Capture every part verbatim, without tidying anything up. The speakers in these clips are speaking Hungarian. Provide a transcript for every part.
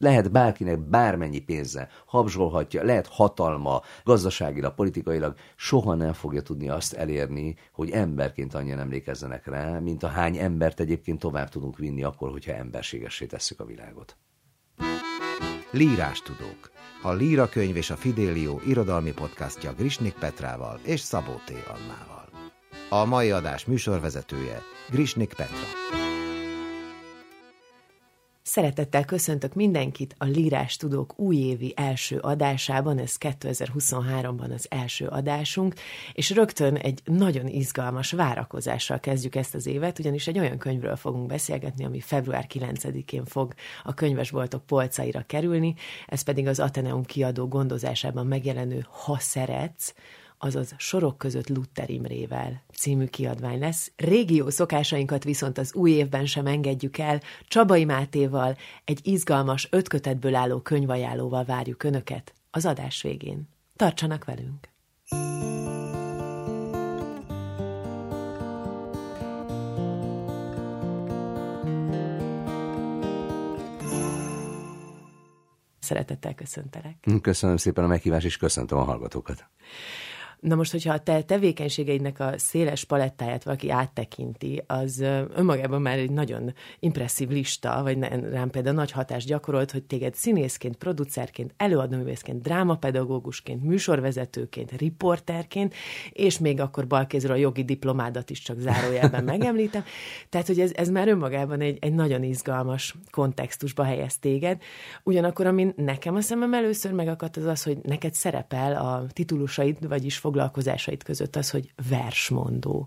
lehet bárkinek bármennyi pénze, habzsolhatja, lehet hatalma, gazdaságilag, politikailag, soha nem fogja tudni azt elérni, hogy emberként annyian emlékezzenek rá, mint a hány embert egyébként tovább tudunk vinni akkor, hogyha emberségessé tesszük a világot. Lírástudók. A Líra könyv és a Fidelio irodalmi podcastja Grisnik Petrával és Szabó T. Annával. A mai adás műsorvezetője Grisnik Petra. Szeretettel köszöntök mindenkit a Lírástudók újévi első adásában, ez kétezer-huszonháromban az első adásunk, és rögtön egy nagyon izgalmas várakozással kezdjük ezt az évet, ugyanis egy olyan könyvről fogunk beszélgetni, ami február kilencedikén fog a könyvesboltok polcaira kerülni, ez pedig az Atheneum kiadó gondozásában megjelenő Ha szeretsz, azaz Sorok között Luther Imrével című kiadvány lesz. Régió szokásainkat viszont az új évben sem engedjük el. Csabai Mátéval egy izgalmas öt kötetből álló könyvajánlóval várjuk Önöket az adás végén. Tartsanak velünk! Szeretettel köszöntelek. Köszönöm szépen a meghívást, és köszöntöm a hallgatókat. Na most, hogyha a te tevékenységeidnek a széles palettáját valaki áttekinti, az önmagában már egy nagyon impresszív lista, vagy rám például nagy hatást gyakorolt, hogy téged színészként, producerként, előadóművészként, drámapedagógusként, műsorvezetőként, riporterként, és még akkor balkézről a jogi diplomádat is csak zárójelben megemlítem. Tehát, hogy ez, ez már önmagában egy, egy nagyon izgalmas kontextusba helyez téged. Ugyanakkor, ami nekem a szemem először megakadt, az az, hogy neked szerepel a titulusaid, vagyis foglalkozásaid között az, hogy versmondó.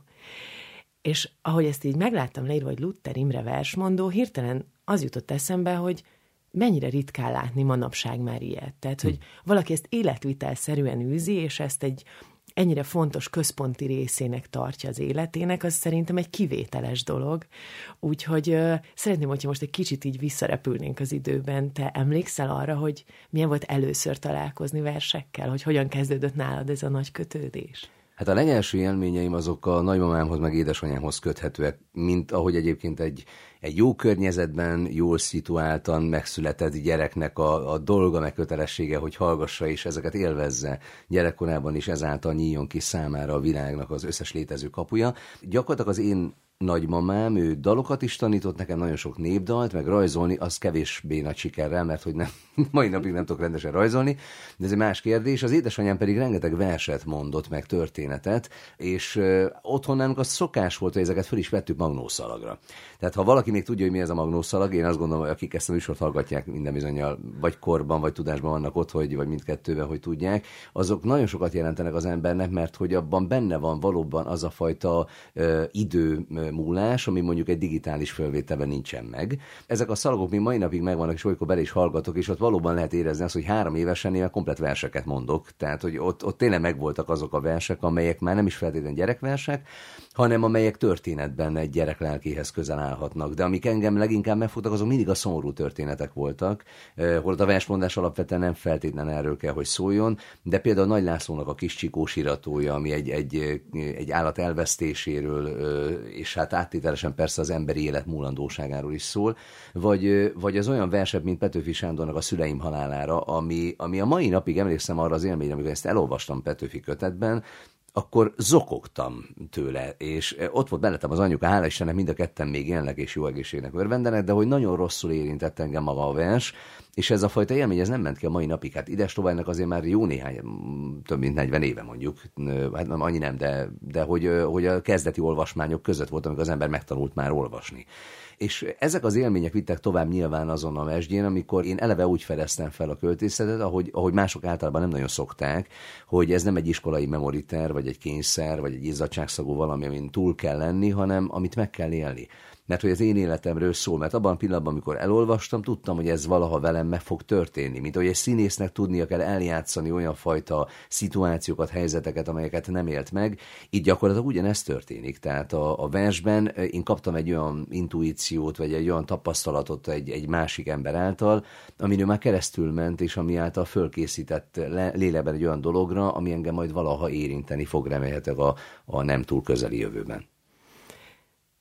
És ahogy ezt így megláttam leírva, hogy Luther Imre versmondó, hirtelen az jutott eszembe, hogy mennyire ritkán látni manapság már ilyet. Tehát, hogy valaki ezt életvitelszerűen űzi, és ezt egy ennyire fontos központi részének tartja az életének, az szerintem egy kivételes dolog. Úgyhogy uh, szeretném, hogyha most egy kicsit így visszarepülnénk az időben. Te emlékszel arra, hogy milyen volt először találkozni versekkel? Hogy hogyan kezdődött nálad ez a nagy kötődés? Hát a legelső élményeim azok a nagymamámhoz meg édesanyámhoz köthetőek, mint ahogy egyébként egy, egy jó környezetben, jól szituáltan megszületett gyereknek a, a dolga, meg kötelessége, hogy hallgassa és ezeket élvezze gyerekkorában is, ezáltal nyíljon ki számára a világnak az összes létező kapuja. Gyakorlatilag az én nagymamám, ő dalokat is tanított nekem, nagyon sok népdalt, meg rajzolni, az kevésbé nagy sikerrel, mert hogy nem, mai napig nem tudok rendesen rajzolni, de ez egy más kérdés. Az édesanyám pedig rengeteg verset mondott, meg történetet, és ö, otthon nálunk az szokás volt, hogy ezeket föl is vettük magnószalagra. Tehát ha valaki még tudja, hogy mi ez a magnószalag, én azt gondolom, hogy akik ezt a műsort hallgatják, minden bizonnyal vagy korban, vagy tudásban vannak ott, hogy, vagy mindkettőben, hogy tudják, azok nagyon sokat jelentenek az embernek, mert hogy abban benne van valóban az a fajta ö, idő múlás, ami mondjuk egy digitális fölvételben nincsen meg. Ezek a szalagok még mai napig megvannak, és olykor bele is hallgatok, és ott valóban lehet érezni azt, hogy három évesen én komplet verseket mondok. Tehát, hogy ott, ott tényleg megvoltak azok a versek, amelyek már nem is feltétlenül gyerekversek, hanem amelyek történetben egy gyerek lelkéhez közel állhatnak. De amik engem leginkább megfogtak, azok mindig a szomorú történetek voltak, holott a versmondás alapvetően nem feltétlenül erről kell, hogy szóljon, de például Nagy Lászlónak a Kis Csikós iratója, ami egy, egy, egy állat elvesztéséről, és hát áttételesen persze az emberi élet múlandóságáról is szól, vagy, vagy az olyan versek, mint Petőfi Sándornak a Szüleim halálára, ami, ami a mai napig emlékszem arra az élményre, amikor ezt elolvastam Petőfi kötetben, akkor zokogtam tőle, és ott volt mellettem az anyuka, hála Istennek mind a ketten még élnek és jó egészségnek örvendenek, de hogy nagyon rosszul érintett engem maga a vers, és ez a fajta élmény, ez nem ment ki a mai napig. Hát Ides-Loválynak azért már jó néhány, több mint negyven éve mondjuk, hát nem, annyi nem, de, de hogy, hogy a kezdeti olvasmányok között volt, amikor az ember megtanult már olvasni. És ezek az élmények vittek tovább nyilván azon a mesdjén, amikor én eleve úgy fedeztem fel a költészetet, ahogy, ahogy mások általában nem nagyon szokták, hogy ez nem egy iskolai memoriter, vagy egy kényszer, vagy egy izzadságszagú valami, amin túl kell lenni, hanem amit meg kell élni. Mert hogy az én életemről szól, mert abban a pillanatban, amikor elolvastam, tudtam, hogy ez valaha velem meg fog történni. Mint hogy egy színésznek tudnia kell eljátszani olyan fajta szituációkat, helyzeteket, amelyeket nem élt meg. Itt gyakorlatilag ugyanez történik. Tehát a, a versben én kaptam egy olyan intuíciót, vagy egy olyan tapasztalatot egy, egy másik ember által, amin már keresztül ment, és ami által fölkészített lélekben egy olyan dologra, ami engem majd valaha érinteni fog remélhetőleg a, a nem túl közeli jövőben.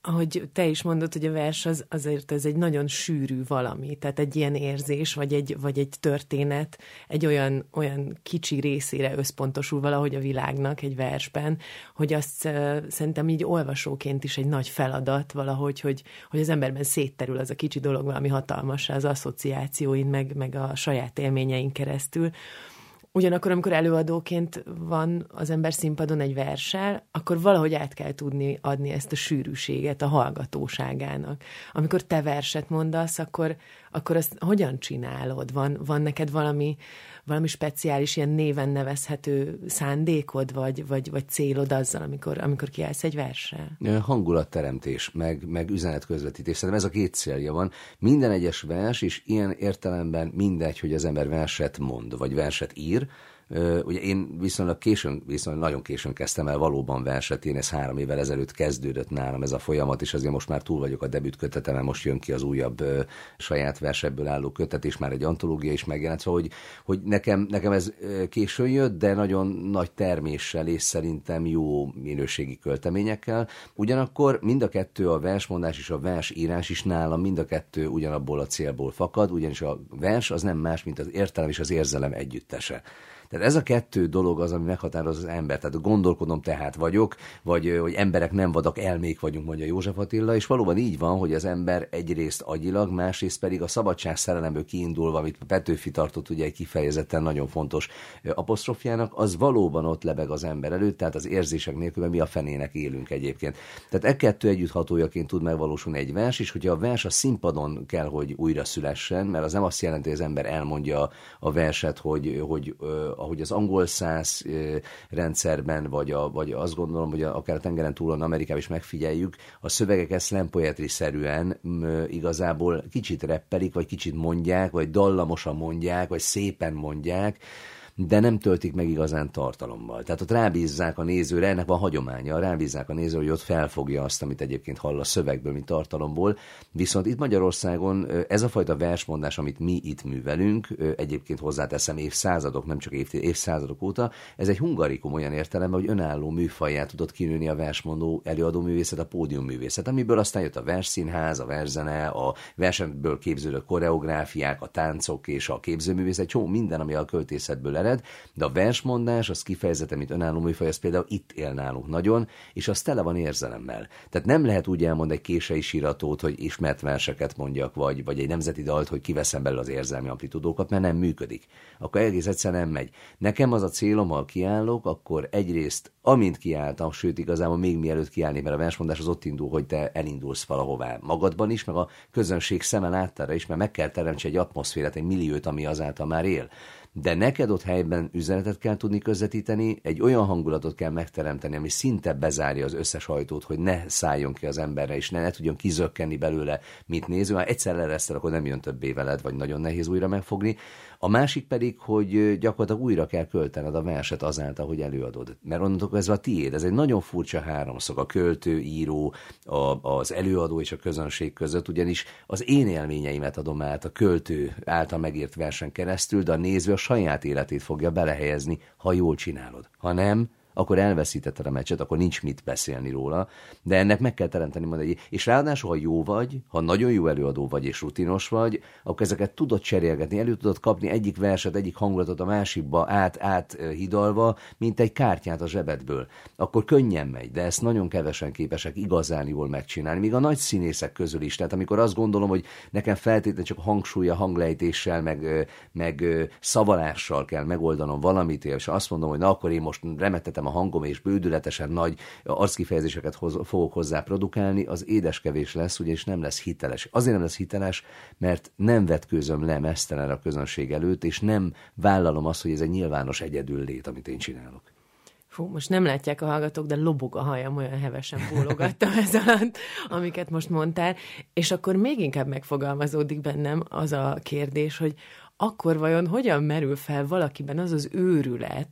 ahogy te is mondod, hogy a vers az, azért ez egy nagyon sűrű valami, tehát egy ilyen érzés, vagy egy, vagy egy történet, egy olyan, olyan kicsi részére összpontosul valahogy a világnak egy versben, hogy azt uh, szerintem így olvasóként is egy nagy feladat valahogy, hogy, hogy az emberben szétterül az a kicsi dolog valami hatalmassá az asszociációin, meg, meg a saját élményein keresztül. Ugyanakkor, amikor előadóként van az ember színpadon egy verssel, akkor valahogy át kell tudni adni ezt a sűrűséget a hallgatóságának. Amikor te verset mondasz, akkor, akkor azt hogyan csinálod? Van, van neked valami, valami speciális, ilyen néven nevezhető szándékod, vagy, vagy, vagy célod azzal, amikor, amikor kiállsz egy verssel? Hangulatteremtés, meg, meg üzenetközvetítés. Szerintem ez a két célja van. Minden egyes vers, és ilyen értelemben mindegy, hogy az ember verset mond, vagy verset ír. Ugye én viszonylag későn, viszonylag nagyon későn kezdtem el valóban verset, én ez három évvel ezelőtt kezdődött nálam ez a folyamat, és azért most már túl vagyok a debütkötetemen, most jön ki az újabb ö, saját versekből álló kötet, és már egy antológia is megjelent, szóval hogy, hogy nekem, nekem ez későn jött, de nagyon nagy terméssel, és szerintem jó minőségi költeményekkel. Ugyanakkor mind a kettő, a versmondás és a versírás is nálam mind a kettő ugyanabból a célból fakad, ugyanis a vers az nem más, mint az értelem és az érzelem együttese. Tehát ez a kettő dolog az, ami meghatároz az ember. Tehát gondolkodom, tehát vagyok, vagy hogy emberek nem vadak, elmék vagyunk, mondja József Attila, és valóban így van, hogy az ember egyrészt agyilag, másrészt pedig a szabadság szerelemből kiindulva, amit Petőfi tartott ugye egy kifejezetten nagyon fontos apostrofjának, az valóban ott lebeg az ember előtt, tehát az érzések nélkül, mi a fenének élünk egyébként. Tehát e kettő együtthatójaként tud megvalósulni egy vers, és hogyha a vers a színpadon kell, hogy újra szülessen, mert az nem azt jelenti, hogy az ember elmondja a verset, hogy, hogy ahogy az angol száz rendszerben, vagy, a, vagy azt gondolom, hogy a, akár a tengeren túlon Amerikában is megfigyeljük, a szövegeket slam poetry-szerűen igazából kicsit reppelik, vagy kicsit mondják, vagy dallamosan mondják, vagy szépen mondják, de nem töltik meg igazán tartalommal. Tehát ott rábízzák a nézőre, ennek van hagyománya, rábízzák a nézőre, hogy ott felfogja azt, amit egyébként hall a szövegből, mint tartalomból. Viszont itt Magyarországon ez a fajta versmondás, amit mi itt művelünk, egyébként hozzáteszem évszázadok, nem csak évszázadok óta, ez egy hungarikum olyan értelemben, hogy önálló műfajjá tudott kinőni a versmondó előadó művészet, a pódiumművészet, amiből aztán jött a versszínház, a verszene, a versenből képződött koreográfiák, a táncok és a képzőművészet, csomó minden, ami a költészetből ered, de a versmondás, az kifejezetten, mint önálló műfaj, az például itt él nálunk nagyon, és az tele van érzelemmel. Tehát nem lehet úgy elmondani egy kései síratót, hogy ismert verseket mondjak, vagy, vagy egy nemzeti dalt, hogy kiveszem belőle az érzelmi amplitudókat, mert nem működik. Akkor egész egyszerűen nem megy. Nekem az a célom, ha kiállok, akkor egyrészt, amint kiálltam, sőt igazából még mielőtt kiállni, mert a versmondás az ott indul, hogy te elindulsz valahová magadban is, meg a közönség szeme láttára is, mert meg kell teremtse egy atmoszférát, egy milliót, ami azáltal már él. De neked ott helyben üzenetet kell tudni közvetíteni, egy olyan hangulatot kell megteremteni, ami szinte bezárja az összes ajtót, hogy ne szálljon ki az emberre, és ne, ne tudjon kizökkenni belőle, mint néző. Ha egyszer leresztel, akkor nem jön többé veled, vagy nagyon nehéz újra megfogni. A másik pedig, hogy gyakorlatilag újra kell költened a verset azáltal, hogy előadod. Mert onnantól kezdve a tiéd. Ez egy nagyon furcsa háromszög, a költő, író, a, az előadó és a közönség között, ugyanis az én élményeimet adom át a költő által megírt versen keresztül, de a néző a saját életét fogja belehelyezni, ha jól csinálod. Ha nem, akkor elveszítetted a meccset, akkor nincs mit beszélni róla, de ennek meg kell teremteni majd egy... És ráadásul, ha jó vagy, ha nagyon jó előadó vagy és rutinos vagy, akkor ezeket tudod cserélgetni, elő tudod kapni egyik verset, egyik hangulatot a másikba át, át hidalva, mint egy kártyát a zsebedből. Akkor könnyen megy, de ezt nagyon kevesen képesek igazán jól megcsinálni, még a nagy színészek közül is. Tehát amikor azt gondolom, hogy nekem feltétlenül csak hangsúlya, hanglejtéssel, meg, meg szavalással kell megoldanom valamit, és azt mondom, hogy na akkor én most remettetem a hangom, és bődületesen nagy arckifejezéseket hoz, fogok hozzá produkálni, az édeskevés lesz, ugyanis nem lesz hiteles. Azért nem lesz hiteles, mert nem vetkőzöm le mesztelen a közönség előtt, és nem vállalom azt, hogy ez egy nyilvános egyedül lét, amit én csinálok. Fú, most nem látják a hallgatók, de lobog a hajam, olyan hevesen bólogattam ez alatt, amiket most mondtál, és akkor még inkább megfogalmazódik bennem az a kérdés, hogy akkor vajon hogyan merül fel valakiben az az őrület,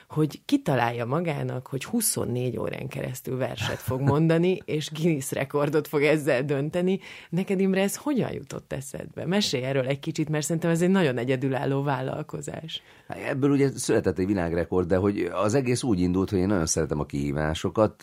hogy kitalálja magának, hogy huszonnégy órán keresztül verset fog mondani, és Guinness rekordot fog ezzel dönteni. Neked, Imre, ez hogyan jutott eszedbe? Mesélj erről egy kicsit, mert szerintem ez egy nagyon egyedülálló vállalkozás. Ebből ugye született egy világrekord, de hogy az egész úgy indult, hogy én nagyon szeretem a kihívásokat,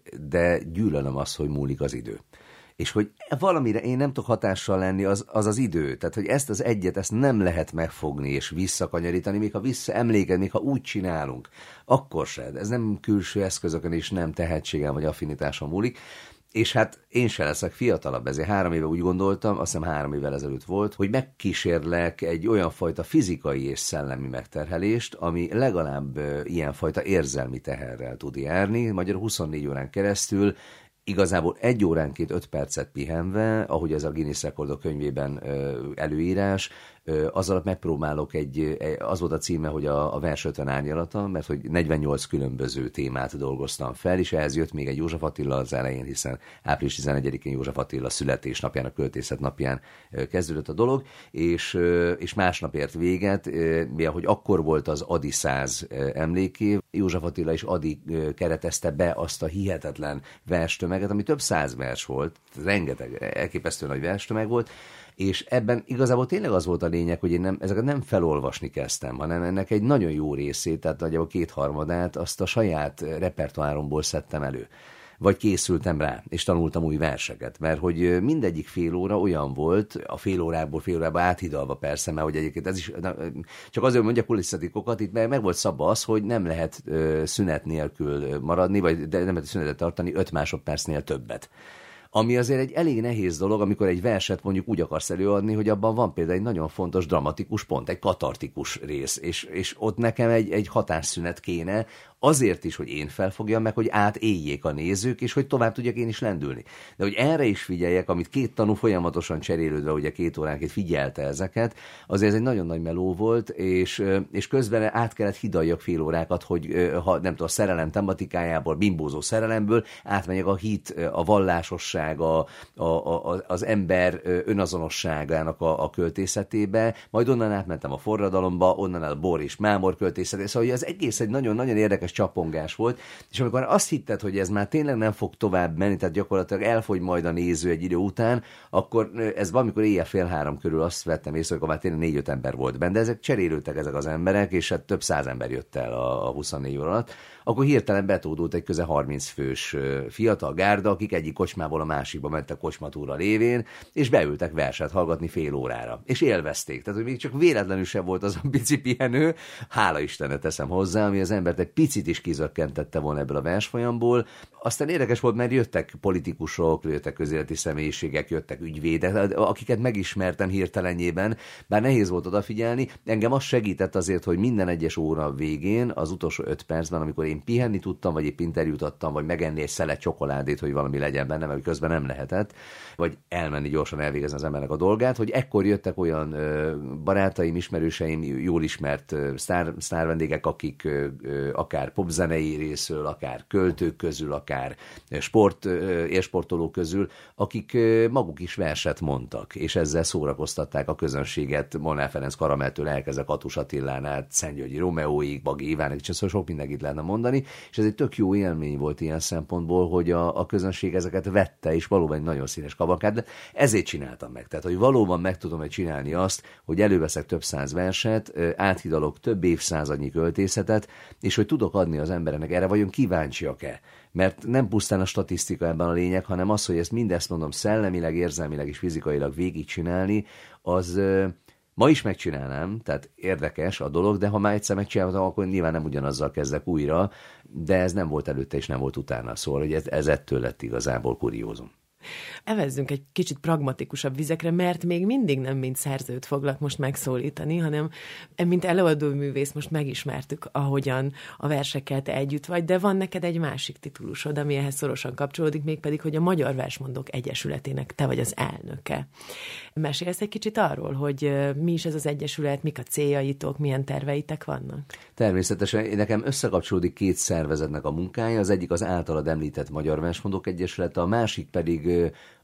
de gyűlölöm azt, hogy múlik az idő. És hogy valamire én nem tudok hatással lenni, az, az az idő. Tehát, hogy ezt az egyet, ezt nem lehet megfogni és visszakanyarítani, még ha visszaemléked, még ha úgy csinálunk, akkor se. Ez nem külső eszközökön és nem tehetségem vagy affinitáson múlik. És hát én se leszek fiatalabb, ezért három éve úgy gondoltam, azt hiszem három évvel ezelőtt volt, hogy megkísérlek egy olyan fajta fizikai és szellemi megterhelést, ami legalább ilyenfajta érzelmi teherrel tud járni. Magyarul huszonnégy órán keresztül igazából egy óránként öt percet pihenve, ahogy ez a Guinness rekordok könyvében előírás, az alatt megpróbálok egy, az volt a címe, hogy a, a vers ötven árnyalata, mert hogy negyvennyolc különböző témát dolgoztam fel, és ehhez jött még egy József Attila az elején, hiszen április tizenegyedikén József Attila születésnapján, a költészet napján kezdődött a dolog, és, és másnap ért véget, mivel hogy akkor volt az Adi száz emlékév, József Attila és Adi keretezte be azt a hihetetlen verstömeget, ami több száz vers volt, rengeteg, elképesztő nagy verstömeg volt, és ebben igazából tényleg az volt a lényeg, hogy én nem, ezeket nem felolvasni kezdtem, hanem ennek egy nagyon jó részét, tehát nagyjából kétharmadát azt a saját repertoáromból szedtem elő. Vagy készültem rá, és tanultam új verseket, mert hogy mindegyik fél óra olyan volt, a fél órából fél órába áthidalva persze, mert hogy egyébként ez is, csak azért mondja kulisszatikokat, itt meg volt szabva az, hogy nem lehet szünet nélkül maradni, vagy de nem lehet szünetet tartani öt másodpercnél többet. Ami azért egy elég nehéz dolog, amikor egy verset mondjuk úgy akarsz előadni, hogy abban van például egy nagyon fontos dramatikus pont, egy katartikus rész, és, és ott nekem egy, egy hatásszünet kéne, azért is, hogy én felfogjam meg, hogy átéljék a nézők, és hogy tovább tudjak én is lendülni. De hogy erre is figyeljek, amit két tanú folyamatosan cserélődve, ugye két óránként figyelte ezeket, azért ez egy nagyon nagy meló volt, és, és közben át kellett hidaljak fél órákat, hogy ha nem tudom, a szerelem tematikájából, bimbózó szerelemből átmenjek a hit, a vallásosság, a, a, a, az ember önazonosságának a, a költészetébe, majd onnan átmentem a forradalomba, onnan el a Bor és Mámor költészetébe, szóval az egész egy nagyon-nagyon érdekes csapongás volt, és amikor azt hitted, hogy ez már tényleg nem fog tovább menni, tehát gyakorlatilag elfogy majd a néző egy idő után, akkor ez valamikor éjjel fél három körül azt vettem észre, hogy már tényleg négy-öt ember volt benne, de ezek cserélődtek ezek az emberek, és hát több száz ember jött el a, a huszonnégy óra alatt, akkor hirtelen betódult egy közel harminc fős fiatal gárda, akik egyik kocsmából a másikba mentek kocsmatúra lévén, és beültek verset hallgatni fél órára. És élvezték. Tehát, hogy még csak véletlenül sem volt az a pici pihenő, hála Istennek teszem hozzá, ami az embert egy picit is kizökkentette volna ebből a versfolyamból. Aztán érdekes volt, mert jöttek politikusok, jöttek közéleti személyiségek, jöttek ügyvédek, akiket megismertem hirtelenjében, bár nehéz volt odafigyelni. Engem az segített azért, hogy minden egyes óra végén, az utolsó öt percben, amikor én pihenni tudtam, vagy épp interjút adtam, vagy megenni egy szelet csokoládét, hogy valami legyen benne, mert közben nem lehetett, vagy elmenni gyorsan elvégezni az embernek a dolgát, hogy ekkor jöttek olyan ö, barátaim, ismerőseim, jól ismert ö, sztár, sztár vendégek, akik ö, ö, akár popzenei részről, akár költők közül, akár sport, ö, élsportolók közül, akik ö, maguk is verset mondtak, és ezzel szórakoztatták a közönséget, Molnár Ferenc Karameltől elkezdve Katus Attilán át, Szentgyörgyi Rómeóig, Bagi Ivánig, és szóval sok mindenkit lehetne mondani, és ez egy tök jó élmény volt ilyen szempontból, hogy a, a közönség ezeket vette, és valóban egy nagyon színes kavalkád, de ezért csináltam meg. Tehát, hogy valóban meg tudom csinálni azt, hogy előveszek több száz verset, áthidalok több évszázadnyi költészetet, és hogy tudok adni az embereknek, erre vajon kíváncsiak-e? Mert nem pusztán a statisztika ebben a lényeg, hanem az, hogy ezt mindezt mondom szellemileg, érzelmileg és fizikailag végigcsinálni, az... Ma is megcsinálnám, tehát érdekes a dolog, de ha már egyszer megcsináltam, akkor nyilván nem ugyanazzal kezdek újra, de ez nem volt előtte és nem volt utána, szóval hogy ez, ez ettől lett igazából kuriózum. Evezzünk egy kicsit pragmatikusabb vizekre, mert még mindig nem mint szerzőt foglak most megszólítani, hanem mint előadóművész most megismertük, ahogyan a verseket együtt vagy, de van neked egy másik titulusod, ami ehhez szorosan kapcsolódik, mégpedig, hogy a Magyar Versmondók Egyesületének te vagy az elnöke. Mesélsz egy kicsit arról, hogy mi is ez az egyesület, mik a céljaitok, milyen terveitek vannak? Természetesen nekem összekapcsolódik két szervezetnek a munkája, az egyik az általad említett Magyar Versmondók Egyesülete, a másik pedig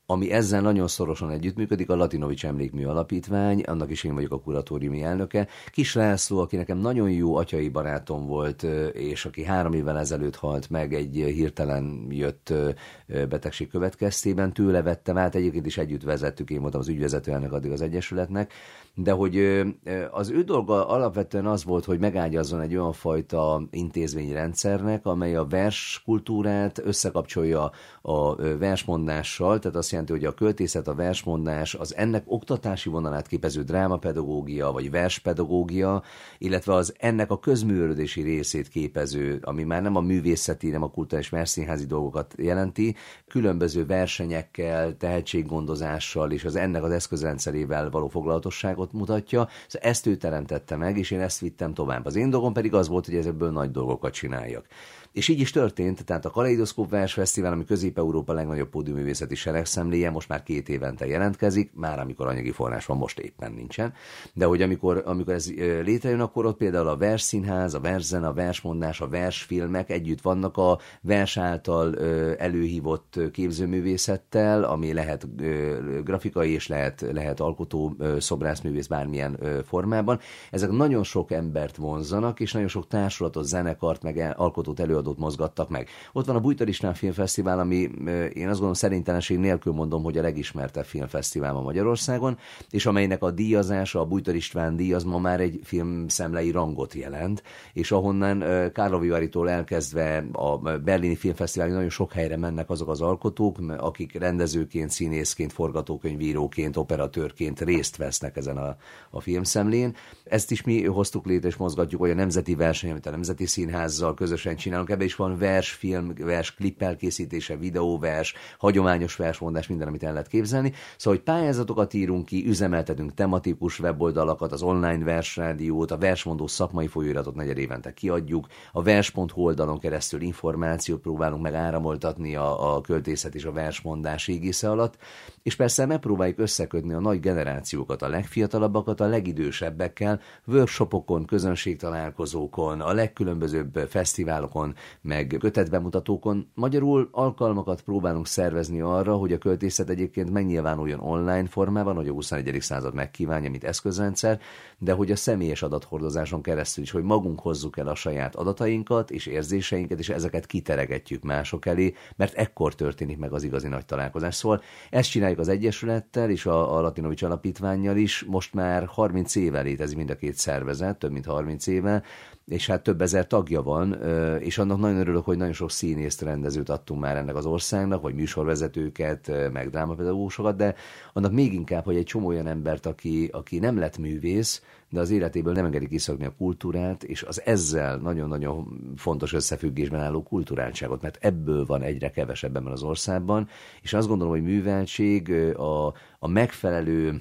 Ami ezzel nagyon szorosan együttműködik, a Latinovics Emlékmű Alapítvány, annak is én vagyok a kuratóriumi elnöke. Kis László, aki nekem nagyon jó atyai barátom volt, és aki három évvel ezelőtt halt meg egy hirtelen jött betegség következtében, tőle vettem át, egyébként is együtt vezettük, én voltam az ügyvezető elnök addig az Egyesületnek, de hogy az ő dolga alapvetően az volt, hogy megágyazzon egy olyan fajta intézményrendszernek, amely a verskultúrát összekapcsolja a versmondással, tehát azt jelenti, hogy a költészet, a versmondás, az ennek oktatási vonalát képező drámapedagógia, vagy verspedagógia, illetve az ennek a közművelődési részét képező, ami már nem a művészeti, nem a kulturális versszínházi dolgokat jelenti, különböző versenyekkel, tehetséggondozással és az ennek az eszközrendszerével való foglalatosságot mutatja. Szóval ezt ő teremtette meg, és én ezt vittem tovább. Az én dolgom pedig az volt, hogy ezekből nagy dolgokat csináljak. És így is történt, tehát a Kaleidoszkóp Versfesztivál, ami Közép-Európa legnagyobb pódiumművészeti seregszemléje, most már két évente jelentkezik, már amikor anyagi forrás van, most éppen nincsen. De hogy amikor, amikor ez létrejön, akkor ott például a versszínház, a verszene, a versmondás, a versfilmek együtt vannak a vers által előhívott képzőművészettel, ami lehet grafikai és lehet, lehet alkotó szobrászművész bármilyen formában. Ezek nagyon sok embert vonzanak, és nagyon sok társulatot, zenekart, meg alkotót előadót mozgattak meg. Ott van a Bújtor István Filmfesztivál, ami én azt gondolom szerintelenség nélkül mondom, hogy a legismertebb filmfesztivál a Magyarországon, és amelynek a díjazása, a Bújtor István díj az ma már egy filmszemlei rangot jelent, és ahonnan Carlo Vivaritól elkezdve a Berlini Filmfesztiválig nagyon sok helyre mennek azok az alkotók, akik rendezőként, színészként, forgatókönyvíróként, operatőrként részt vesznek ezen a, a filmszemlén. Ezt is mi hoztuk létre és mozgatjuk, hogy a nemzeti verseny, amit a Nemzeti Színházzal közösen csinálunk. Ebben is van versfilm, vers klip elkészítése, videóvers, hagyományos versmondás, minden, amit el lehet képzelni. Szóval, hogy pályázatokat írunk ki, üzemeltetünk tematikus weboldalakat, az online versrádiót, a versmondó szakmai folyóiratot negyed évente kiadjuk, a vers pont hu oldalon keresztül információt próbálunk meg áramoltatni a, a költészet és a versmondás égisze alatt, és persze megpróbáljuk összekötni a nagy generációkat, a legfiatalabbakat a legidősebbekkel, workshopokon, közönségtalálkozókon, a legkülönbözőbb fesztiválokon, meg kötetbemutatókon. Magyarul alkalmakat próbálunk szervezni arra, hogy a költészet egyébként megnyilvánuljon online formában, hogy a huszonegyedik század megkívánja, mint eszközrendszer, de hogy a személyes adathordozáson keresztül is, hogy magunk hozzuk el a saját adatainkat és érzéseinket, és ezeket kiteregetjük mások elé, mert ekkor történik meg az igazi nagy találkozás. Szóval ezt csináljuk az Egyesülettel és a, a Latinovics Alapítvánnyal is. Most már harminc éve létezik mind a két szervezet, több mint harminc éve, és hát több ezer tagja van, és annak nagyon örülök, hogy nagyon sok színészt, rendezőt adtunk már ennek az országnak, vagy műsorvezetőket, meg drámapedagógusokat, de annak még inkább, hogy egy csomó olyan embert, aki, aki nem lett művész, de az életéből nem engedi kiszakni a kultúrát, és az ezzel nagyon-nagyon fontos összefüggésben álló kulturáltságot, mert ebből van egyre kevesebb ebben az országban, és azt gondolom, hogy műveltség a, a megfelelő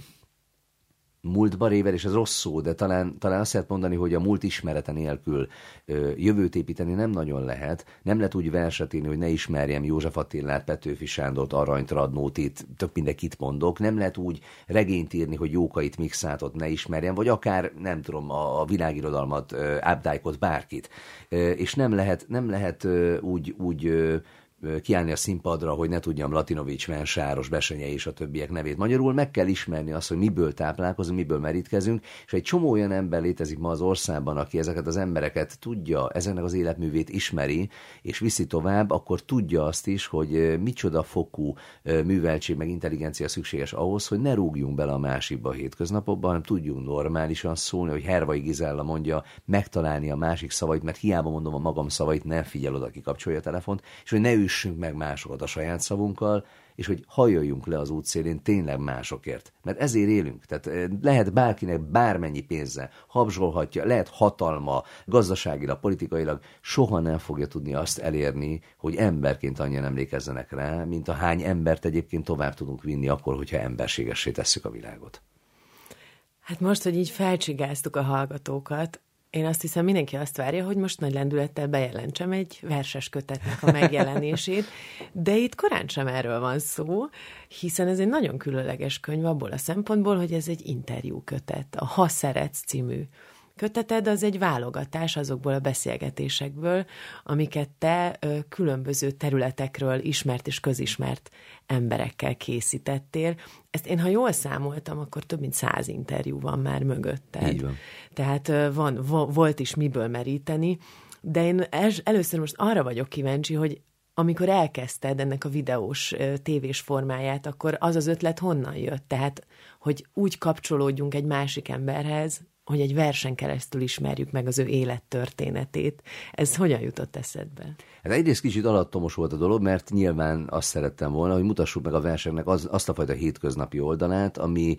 múltba rével, és ez rossz szó, de talán, talán azt lehet mondani, hogy a múlt ismerete nélkül ö, jövőt építeni nem nagyon lehet. Nem lehet úgy verset írni, hogy ne ismerjem József Attilát, Petőfi Sándort, Aranyt, Radnótit, tök mindekit mondok. Nem lehet úgy regényt írni, hogy Jókait, Mikszátot ne ismerjem, vagy akár, nem tudom, a, a világirodalmat, ö, Updike-ot, bárkit. Ö, és nem lehet, nem lehet ö, úgy... úgy ö, kiállni a színpadra, hogy ne tudjam Latinovics, Mensáros, Besenyei és a többiek nevét. Magyarul meg kell ismerni azt, hogy miből táplálkozunk, miből merítkezünk, és egy csomó olyan ember létezik ma az országban, aki ezeket az embereket tudja, ezeknek az életművét ismeri, és viszi tovább, akkor tudja azt is, hogy micsoda fokú műveltség meg intelligencia szükséges ahhoz, hogy ne rúgjunk bele a másikba a hétköznapokban, hanem tudjunk normálisan szólni, hogy Hervai Gizella mondja, megtalálni a másik szavait, mert hiába mondom a magam szavait, nem figyel oda, kikapcsolja a telefont, és hogy ne üssünk meg másokat a saját szavunkkal, és hogy hajjoljunk le az útszélén tényleg másokért. Mert ezért élünk. Tehát lehet bárkinek bármennyi pénze, habzsolhatja, lehet hatalma, gazdaságilag, politikailag, soha nem fogja tudni azt elérni, hogy emberként annyian emlékezzenek rá, mint a hány embert egyébként tovább tudunk vinni akkor, hogyha emberségessé tesszük a világot. Hát most, hogy így felcsigáztuk a hallgatókat, én azt hiszem, mindenki azt várja, hogy most nagy lendülettel bejelentsem egy verses kötetnek a megjelenését, de itt korán sem erről van szó, hiszen ez egy nagyon különleges könyv abból a szempontból, hogy ez egy interjú kötet, a Ha szeretsz című köteted az egy válogatás azokból a beszélgetésekből, amiket te ö, különböző területekről ismert és közismert emberekkel készítettél. Ezt én, ha jól számoltam, akkor több mint száz interjú van már mögötted. Így van. Tehát ö, van, vo- volt is miből meríteni, de én el- először most arra vagyok kíváncsi, hogy amikor elkezdted ennek a videós, tévés formáját, akkor az az ötlet honnan jött? Tehát, hogy úgy kapcsolódjunk egy másik emberhez, hogy egy versen keresztül ismerjük meg az ő élettörténetét. Ez hogyan jutott eszedbe? Hát egyrészt kicsit alattomos volt a dolog, mert nyilván azt szerettem volna, hogy mutassuk meg a verseknek az, azt a fajta hétköznapi oldalát, ami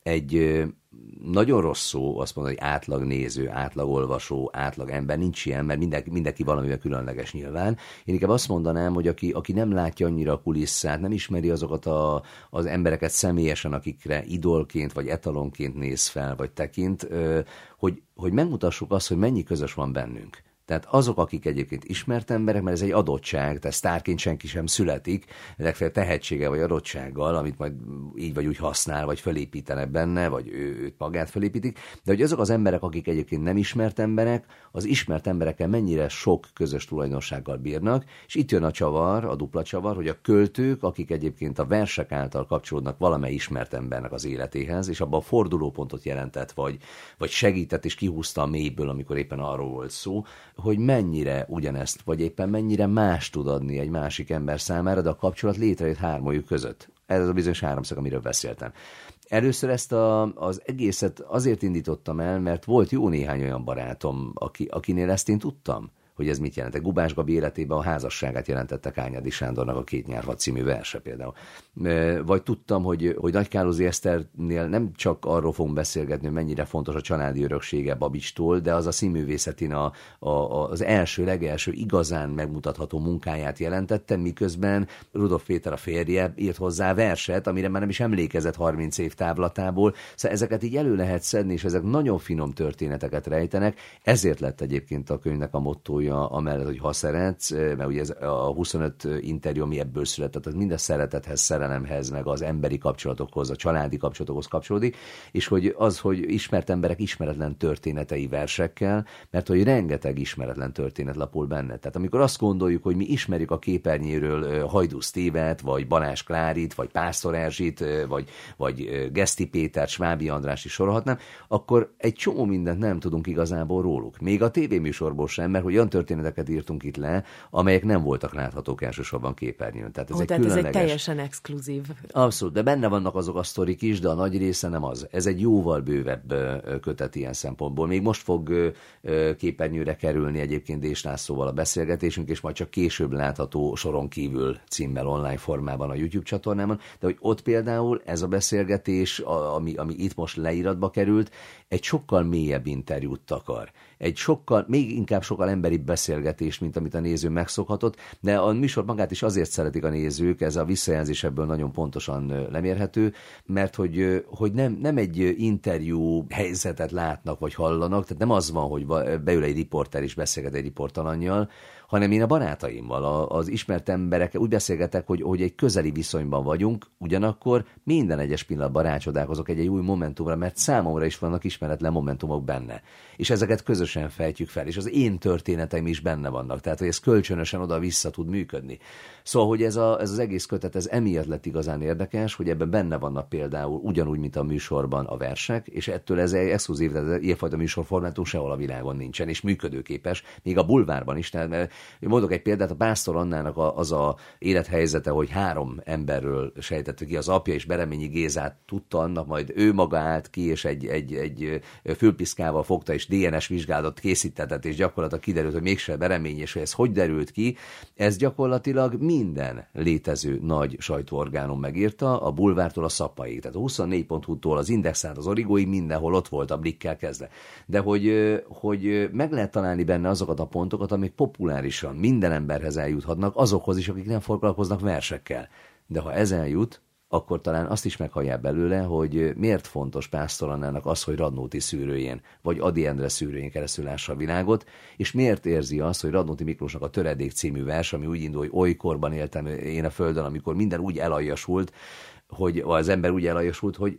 egy nagyon rossz szó, azt mondani, hogy átlag néző, átlag olvasó, átlag ember, nincs ilyen, mert mindenki, mindenki valamivel különleges nyilván. Én inkább azt mondanám, hogy aki, aki nem látja annyira a kulisszát, nem ismeri azokat a, az embereket személyesen, akikre idolként vagy etalonként néz fel, vagy tekint, hogy, hogy megmutassuk azt, hogy mennyi közös van bennünk. Tehát azok, akik egyébként ismert emberek, mert ez egy adottság, tehát sztárként senki sem születik, legfeljebb tehetsége vagy adottsággal, amit majd így vagy úgy használ, vagy felépítenek benne, vagy ő, őt magát felépítik, de hogy azok az emberek, akik egyébként nem ismert emberek, az ismert emberekkel mennyire sok közös tulajdonsággal bírnak, és itt jön a csavar, a dupla csavar, hogy a költők, akik egyébként a versek által kapcsolódnak valamely ismert embernek az életéhez, és abban a fordulópontot jelentett, vagy, vagy segített és kihúzta a mélyből, amikor éppen arról volt szó, hogy mennyire ugyanezt, vagy éppen mennyire más tud adni egy másik ember számára, de a kapcsolat létrejött hármójuk között. Ez az a bizonyos háromszög, amiről beszéltem. Először ezt a, az egészet azért indítottam el, mert volt jó néhány olyan barátom, aki, akinél ezt én tudtam, hogy ez mit jelent. Gubás Gabi életében a házasságát jelentette Kányádi Sándornak a Két nyárvad című verse például. Vagy tudtam, hogy, hogy Nagykálózi Eszternél nem csak arról fogunk beszélgetni, hogy mennyire fontos a családi öröksége Babicstól, de az a színművészetén a, a, az első, legelső igazán megmutatható munkáját jelentette, miközben Rudolf Péter a férje írt hozzá verset, amire már nem is emlékezett harminc év távlatából. Szóval ezeket így elő lehet szedni, és ezek nagyon finom történeteket rejtenek. Ezért lett egyébként a könyvnek a mottója amellett, hogy ha szeretsz, mert ugye ez a huszonöt interjú, ami ebből született, az mind a szeretethez, szerelemhez, meg az emberi kapcsolatokhoz, a családi kapcsolatokhoz kapcsolódik, és hogy az, hogy ismert emberek ismeretlen történetei versekkel, mert hogy rengeteg ismeretlen történet lapul benne. Tehát amikor azt gondoljuk, hogy mi ismerjük a képernyőről Hajdú Sztévet, vagy Balázs Klárit, vagy Pásztor Erzsit, vagy, vagy Geszti Pétert, Svábi Andrást is sorolhatnám, akkor egy csomó mindent nem tudunk igazából róluk. Még a tévéműsorból sem, mert hogy olyan történeteket írtunk itt le, amelyek nem voltak láthatók elsősorban képernyőn. Tehát ez, Ó, egy, tehát különleges... ez egy teljesen exkluzív. Abszolút, de benne vannak azok a sztorik is, de a nagy része nem az. Ez egy jóval bővebb kötet ilyen szempontból. Még most fog képernyőre kerülni egyébként Dés Lászlóval a beszélgetésünk, és majd csak később látható Soron kívül címmel online formában a YouTube csatornámon, de hogy ott például ez a beszélgetés, ami, ami itt most leíratba került, egy sokkal mélyebb interjút takar. Egy sokkal, még inkább sokkal emberibb beszélgetés, mint amit a néző megszokhatott, de a műsor magát is azért szeretik a nézők, ez a visszajelzés ebből nagyon pontosan lemérhető, mert hogy, hogy nem, nem egy interjú helyzetet látnak vagy hallanak, tehát nem az van, hogy beül egy riporter és beszélget egy riportalannyal, hanem én a barátaimmal, az ismert emberekkel úgy beszélgetek, hogy, hogy egy közeli viszonyban vagyunk, ugyanakkor minden egyes pillanatban rácsodálkozok egy, egy új momentumra, mert számomra is vannak ismeretlen momentumok benne. És ezeket közösen fejtjük fel, és az én történeteim is benne vannak, tehát hogy ez kölcsönösen oda-vissza tud működni. Szóval, hogy ez, a, ez az egész kötet, ez emiatt lett igazán érdekes, hogy ebben benne vannak például ugyanúgy, mint a műsorban a versek, és ettől ez egy exkluzív, tehát ilyenfajta műsorformátum sehol a világon nincsen, és működőképes, még a bulvárban is, tehát mert mondok egy példát, a Pásztor Annának az a élethelyzete, hogy három emberről sejtette ki az apja, és Bereményi Gézát tudta annak, majd ő maga állt ki, és egy, egy, egy fülpiszkával fogta, és dé en es vizsgálatot készítetett, és gyakorlatilag kiderült, hogy mégse Bereményi, és hogy ez hogy derült ki, ez gyakorlatilag minden létező nagy sajtóorgánon megírta, a Bulvártól a Szappaig, tehát a huszonnégy pont hu-tól az Indexen, az Origóig, mindenhol ott volt a Blikkel kezdve. De hogy, hogy meg lehet találni benne azokat a pontokat, amik populárisan minden emberhez eljuthatnak, azokhoz is, akik nem foglalkoznak versekkel. De ha ez eljut, akkor talán azt is meghallják belőle, hogy miért fontos Pásztor Annának az, hogy Radnóti szűrőjén, vagy Ady Endre szűrőjén keresztül lássa a világot, és miért érzi azt, hogy Radnóti Miklósnak a Töredék című vers, ami úgy indul, hogy olykorban éltem én a földön, amikor minden úgy elaljasult, hogy az ember úgy elaljasult, hogy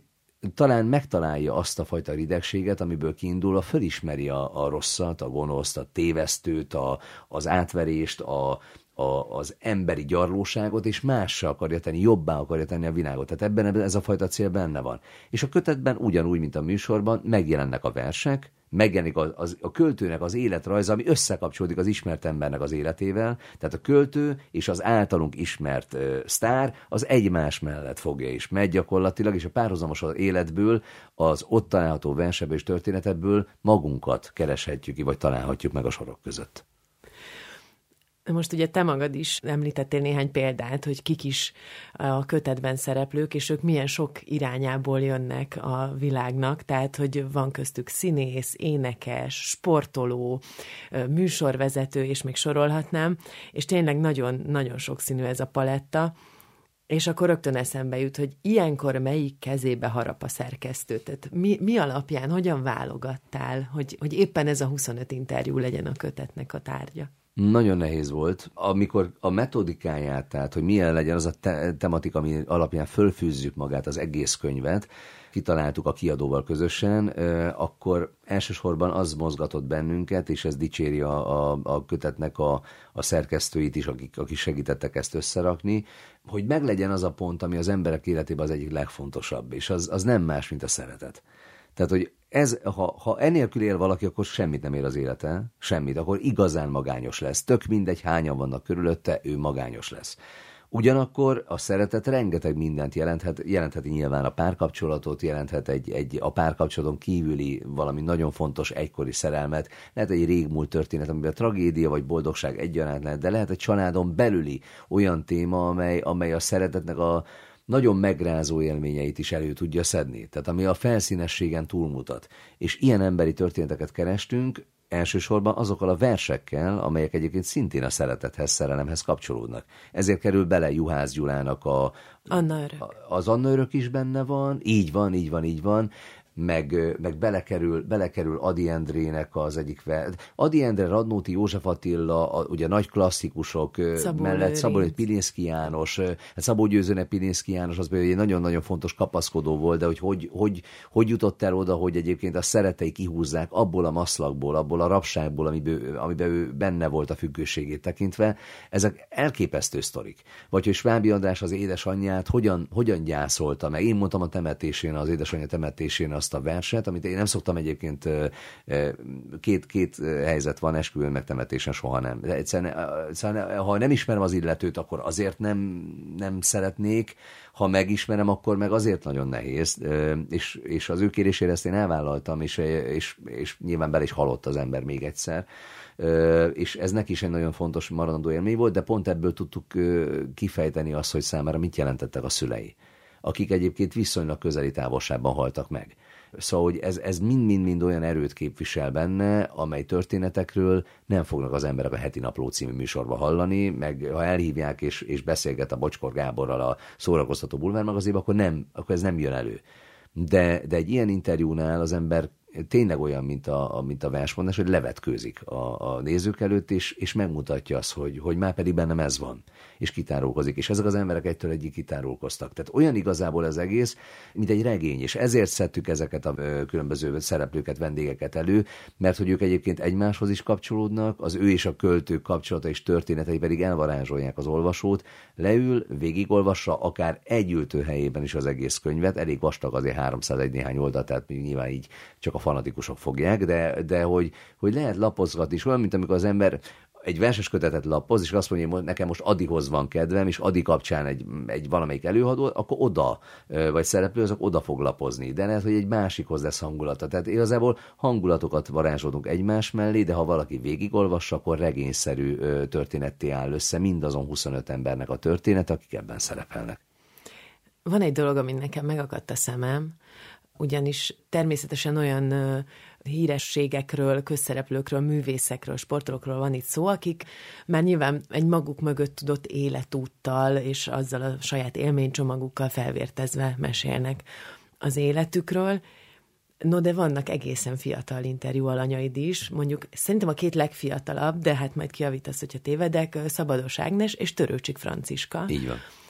talán megtalálja azt a fajta ridegséget, amiből kiindulva fölismeri a, a rosszat, a gonoszt, a tévesztőt, a, az átverést, a, a, az emberi gyarlóságot, és mással akarja tenni, jobbá akarja tenni a világot. Tehát ebben ez a fajta cél benne van. És a kötetben ugyanúgy, mint a műsorban, megjelennek a versek, megjelenik az, az, a költőnek az életrajza, ami összekapcsolódik az ismert embernek az életével, tehát a költő és az általunk ismert uh, sztár az egymás mellett fogja és megy gyakorlatilag, és a párhuzamos az életből, az ott található versekből és történetekből magunkat kereshetjük ki, vagy találhatjuk meg a sorok között. Most ugye te magad is említettél néhány példát, hogy kik is a kötetben szereplők, és ők milyen sok irányából jönnek a világnak, tehát hogy van köztük színész, énekes, sportoló, műsorvezető, és még sorolhatnám, és tényleg nagyon-nagyon sokszínű ez a paletta, és akkor rögtön eszembe jut, hogy ilyenkor melyik kezébe harap a szerkesztő? Tehát mi, mi alapján, hogyan válogattál, hogy, hogy éppen ez a huszonöt interjú legyen a kötetnek a tárgya? Nagyon nehéz volt. Amikor a metodikáját, tehát hogy milyen legyen az a te- tematika, ami alapján fölfűzzük magát az egész könyvet, kitaláltuk a kiadóval közösen, akkor elsősorban az mozgatott bennünket, és ez dicséri a, a, a kötetnek a, a szerkesztőit is, akik, akik segítettek ezt összerakni, hogy meglegyen az a pont, ami az emberek életében az egyik legfontosabb, és az, az nem más, mint a szeretet. Tehát, hogy ez, ha, ha enélkül él valaki, akkor semmit nem ér az élete, semmit, akkor igazán magányos lesz. Tök mindegy, hányan vannak körülötte, ő magányos lesz. Ugyanakkor a szeretet rengeteg mindent jelenthet, jelentheti nyilván a párkapcsolatot, jelenthet egy, egy a párkapcsolaton kívüli valami nagyon fontos egykori szerelmet, lehet egy régmúlt történet, amiben a tragédia vagy boldogság egyaránt lehet, de lehet egy családon belüli olyan téma, amely, amely a szeretetnek a nagyon megrázó élményeit is elő tudja szedni, tehát ami a felszínességen túlmutat. És ilyen emberi történeteket kerestünk, elsősorban azokkal a versekkel, amelyek egyébként szintén a szeretethez, szerelemhez kapcsolódnak. Ezért kerül bele Juhász Gyulának a... Anna Örök. Az Anna Örök is benne van, így van, így van, így van, meg, meg belekerül, belekerül Ady Endrének az egyik... Ady Endre, Radnóti József Attila, a, ugye nagy klasszikusok Szabó mellett, Lőrinc. Szabó Lőrinc, Pilinszky János, hát Szabó Győzőnek Pilinszky János, az egy nagyon-nagyon fontos kapaszkodó volt, de hogy hogy, hogy hogy jutott el oda, hogy egyébként a szerettei kihúzzák abból a maszlakból, abból a rabságból, amiben, amiben ő benne volt a függőségét tekintve, ezek elképesztő sztorik. Vagy hogy Svábi András az édesanyját hogyan, hogyan gyászolta meg. Én mondtam a temetésén, az édesanyja temetésén azt a verset, amit én nem szoktam egyébként, két, két helyzet van, esküvőn meg temetésen soha nem. De egyszerűen, egyszerűen, ha nem ismerem az illetőt, akkor azért nem, nem szeretnék, ha megismerem, akkor meg azért nagyon nehéz, és, és az ő kérésére ezt én elvállaltam, és, és, és nyilván bele is halott az ember még egyszer, és ez neki is egy nagyon fontos maradandó élmény volt, de pont ebből tudtuk kifejteni azt, hogy számára mit jelentettek a szülei, akik egyébként viszonylag közeli távolságban haltak meg. Szóval, hogy ez, ez mind-mind-mind olyan erőt képvisel benne, amely történetekről nem fognak az emberek a Heti Napló című műsorba hallani, meg ha elhívják és, és beszélget a Bocskor Gáborral a szórakoztató bulvármagazinban, akkor, nem, akkor ez nem jön elő. De, de egy ilyen interjúnál az ember tényleg olyan, mint a, mint a versmondás, hogy levetkőzik a, a nézők előtt, és, és megmutatja azt, hogy, hogy már pedig bennem ez van, és kitárulkozik. És ezek az emberek egytől egyik kitárulkoztak. Tehát olyan igazából az egész, mint egy regény, és ezért szedtük ezeket a különböző szereplőket, vendégeket elő, mert hogy ők egyébként egymáshoz is kapcsolódnak, az ő és a költők kapcsolata és történetei pedig elvarázsolják az olvasót, leül, végigolvassa, akár egy ültőhelyében is az egész könyvet, elég vastag azért háromszázegy néhány oldal, tehát nyilván így csak a fanatikusok fogják, de, de hogy, hogy lehet lapozgatni, és olyan, mint amikor az ember egy verses kötetet lapoz, és azt mondja, hogy nekem most Adihoz van kedvem, és Adi kapcsán egy, egy valamelyik előadó, akkor oda, vagy szereplő, azok oda fog lapozni. De lehet, hogy egy másikhoz lesz hangulata. Tehát igazából hangulatokat varázsolunk egymás mellé, de ha valaki végigolvassa, akkor regényszerű történetté áll össze mindazon huszonöt embernek a történet, akik ebben szerepelnek. Van egy dolog, ami nekem megakadt a szemem, ugyanis természetesen olyan uh, hírességekről, közszereplőkről, művészekről, sportolókról van itt szó, akik már nyilván egy maguk mögött tudott életúttal és azzal a saját élménycsomagukkal felvértezve mesélnek az életükről. No, de vannak egészen fiatal interjú alanyaid is, mondjuk szerintem a két legfiatalabb, de hát majd kijavítasz, hogyha tévedek, Szabados Ágnes és Törőcsik Franciska. Így van.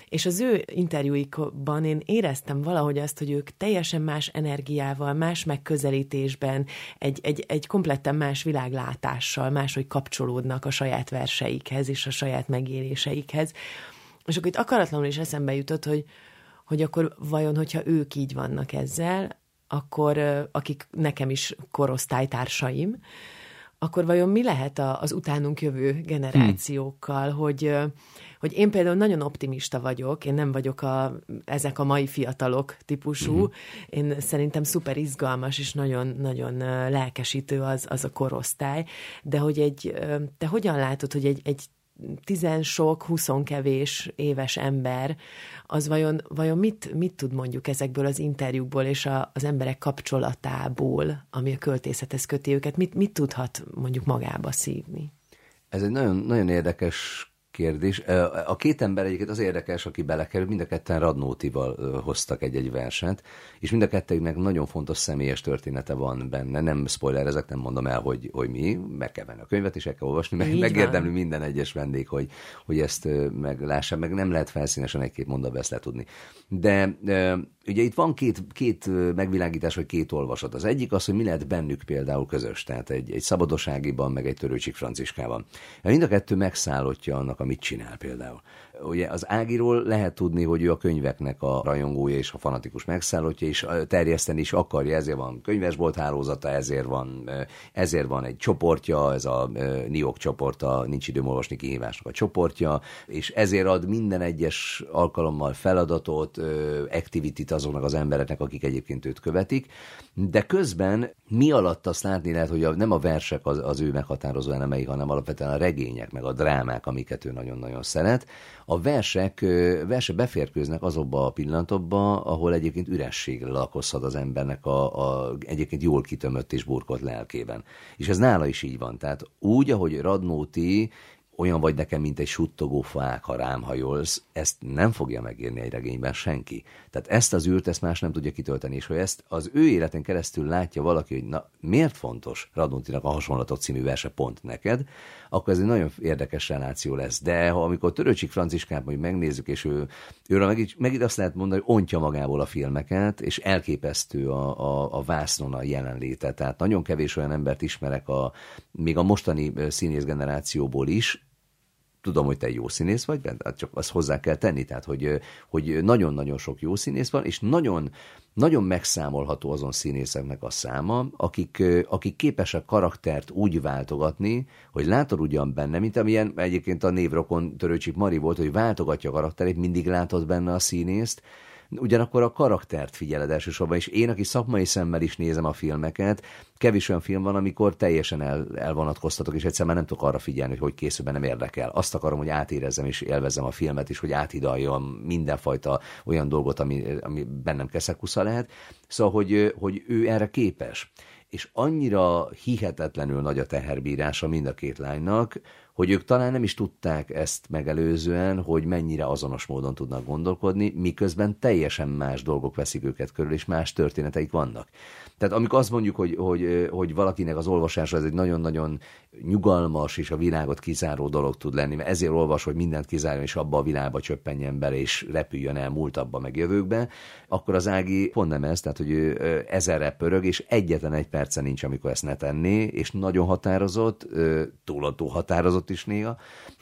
És az ő interjúikban én éreztem valahogy azt, hogy ők teljesen más energiával, más megközelítésben, egy, egy, egy kompletten más világlátással, máshogy kapcsolódnak a saját verseikhez és a saját megéléseikhez. És akkor itt akaratlanul is eszembe jutott, hogy, hogy akkor vajon, hogyha ők így vannak ezzel, akkor akik nekem is korosztálytársaim, akkor vajon mi lehet az utánunk jövő generációkkal, hmm. hogy, hogy én például nagyon optimista vagyok, én nem vagyok a, ezek a mai fiatalok típusú, hmm. én szerintem szuper izgalmas és nagyon-nagyon lelkesítő az, az a korosztály, de hogy egy, te hogyan látod, hogy egy, egy tizensok, huszonkevés éves ember, az vajon, vajon mit, mit tud mondjuk ezekből az interjúkból és a, az emberek kapcsolatából, ami a költészethez köti őket, mit, mit tudhat mondjuk magába szívni? Ez egy nagyon, nagyon érdekes kérdés. A két ember egyébként az érdekes, aki belekerül, mind a ketten Radnótival hoztak egy-egy verset, és mind a kettőnek nagyon fontos személyes története van benne. Nem spoiler, ezek nem mondom el, hogy, hogy mi, meg kell venni a könyvet, és el kell olvasni, meg, megérdemli minden egyes vendég, hogy, hogy ezt meglássa, meg nem lehet felszínesen egy-két mondatba ezt letudni. De ugye itt van két, két megvilágítás, vagy két olvasat. Az egyik az, hogy mi lehet bennük például közös, tehát egy, egy Szabadoságiban, meg egy Törőcsik Franciskában. Mind a kettő megszállottja annak, amit csinál például. Ugye az Ágiról lehet tudni, hogy ő a könyveknek a rajongója és a fanatikus megszállottja, és terjeszteni is akarja, ezért van könyvesbolt hálózata, ezért van, ezért van egy csoportja, ez a Niok csoport, a Nincs időm olvasni kihívásnak a csoportja, és ezért ad minden egyes alkalommal feladatot, activity-t azoknak az embereknek, akik egyébként őt követik, de közben mi alatt azt látni lehet, hogy a, nem a versek az, az ő meghatározó elemei, hanem alapvetően a regények, meg a drámák, amiket ő nagyon-nagyon szeret. A versek, versek beférkőznek azokba a pillanatokba, ahol egyébként ürességre lakozhat az embernek a, a egyébként jól kitömött és burkolt lelkében. És ez nála is így van. Tehát úgy, ahogy Radnóti olyan vagy nekem, mint egy suttogó fák, ha rám hajolsz, ezt nem fogja megírni egy regényben senki. Tehát ezt az űrt, ezt más nem tudja kitölteni, és hogy ezt az ő életen keresztül látja valaki, hogy na, miért fontos Radnótinak a Hasonlatok című verse pont neked, akkor ez egy nagyon érdekes reláció lesz. De ha amikor Törőcsik Franciskát majd megnézzük, és ő, őről megint, megint azt lehet mondani, hogy ontja magából a filmeket, és elképesztő a, a, a vásznon a jelenléte. Tehát nagyon kevés olyan embert ismerek, a, még a mostani színész generációból is. Tudom, hogy te jó színész vagy, de csak azt hozzá kell tenni, tehát hogy, hogy nagyon-nagyon sok jó színész van, és nagyon, nagyon megszámolható azon színészeknek a száma, akik, akik képesek karaktert úgy váltogatni, hogy látod ugyan benne, mint amilyen egyébként a névrokon Törőcsik Mari volt, hogy váltogatja a karakterét, mindig látod benne a színészt, ugyanakkor a karaktert figyeled elsősorban, és én, aki szakmai szemmel is nézem a filmeket, kevés olyan film van, amikor teljesen el, elvonatkoztatok, és egyszer már nem tudok arra figyelni, hogy hogy készül, nem érdekel. Azt akarom, hogy átérezzem és élvezzem a filmet, és hogy áthidaljam mindenfajta olyan dolgot, ami, ami bennem keszekusza lehet. Szóval, hogy, hogy ő erre képes. És annyira hihetetlenül nagy a teherbírása mind a két lánynak, hogy ők talán nem is tudták ezt megelőzően, hogy mennyire azonos módon tudnak gondolkodni, miközben teljesen más dolgok veszik őket körül, és más történeteik vannak. Tehát amikor azt mondjuk, hogy, hogy, hogy valakinek az olvasása ez egy nagyon-nagyon nyugalmas és a világot kizáró dolog tud lenni, mert ezért olvas, hogy mindent kizárjon, és abba a világba csöppenjen bele, és repüljön el múltabba, meg jövőkbe, akkor az Ági pont nem ez, tehát hogy ő ezerre pörög, és egyetlen egy perce nincs, amikor ezt ne tenné, és nagyon határozott, túlontúl határozott is néha,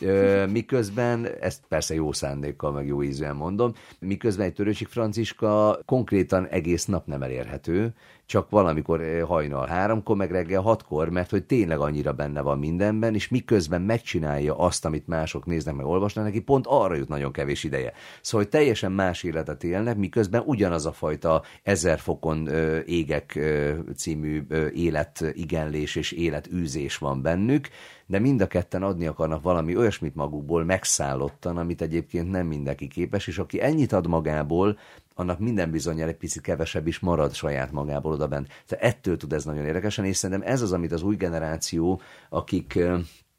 miközben, ezt persze jó szándékkal, meg jó ízűen mondom, miközben egy Törőcsik Franciska konkrétan egész nap nem elérhető, csak valamikor hajnal háromkor, meg reggel hatkor, mert hogy tényleg annyira benne van mindenben, és miközben megcsinálja azt, amit mások néznek, meg olvasnak, neki pont arra jut nagyon kevés ideje. Szóval, hogy teljesen más életet élnek, miközben ugyanaz a fajta ezer fokon ö, égek ö, című ö, életigenlés és életűzés van bennük, de mind a ketten adni akarnak valami olyasmit magukból megszállottan, amit egyébként nem mindenki képes, és aki ennyit ad magából, annak minden bizonnyal egy picit kevesebb is marad saját magából odabent. Tehát ettől tud ez nagyon érdekesen, és szerintem ez az, amit az új generáció, akik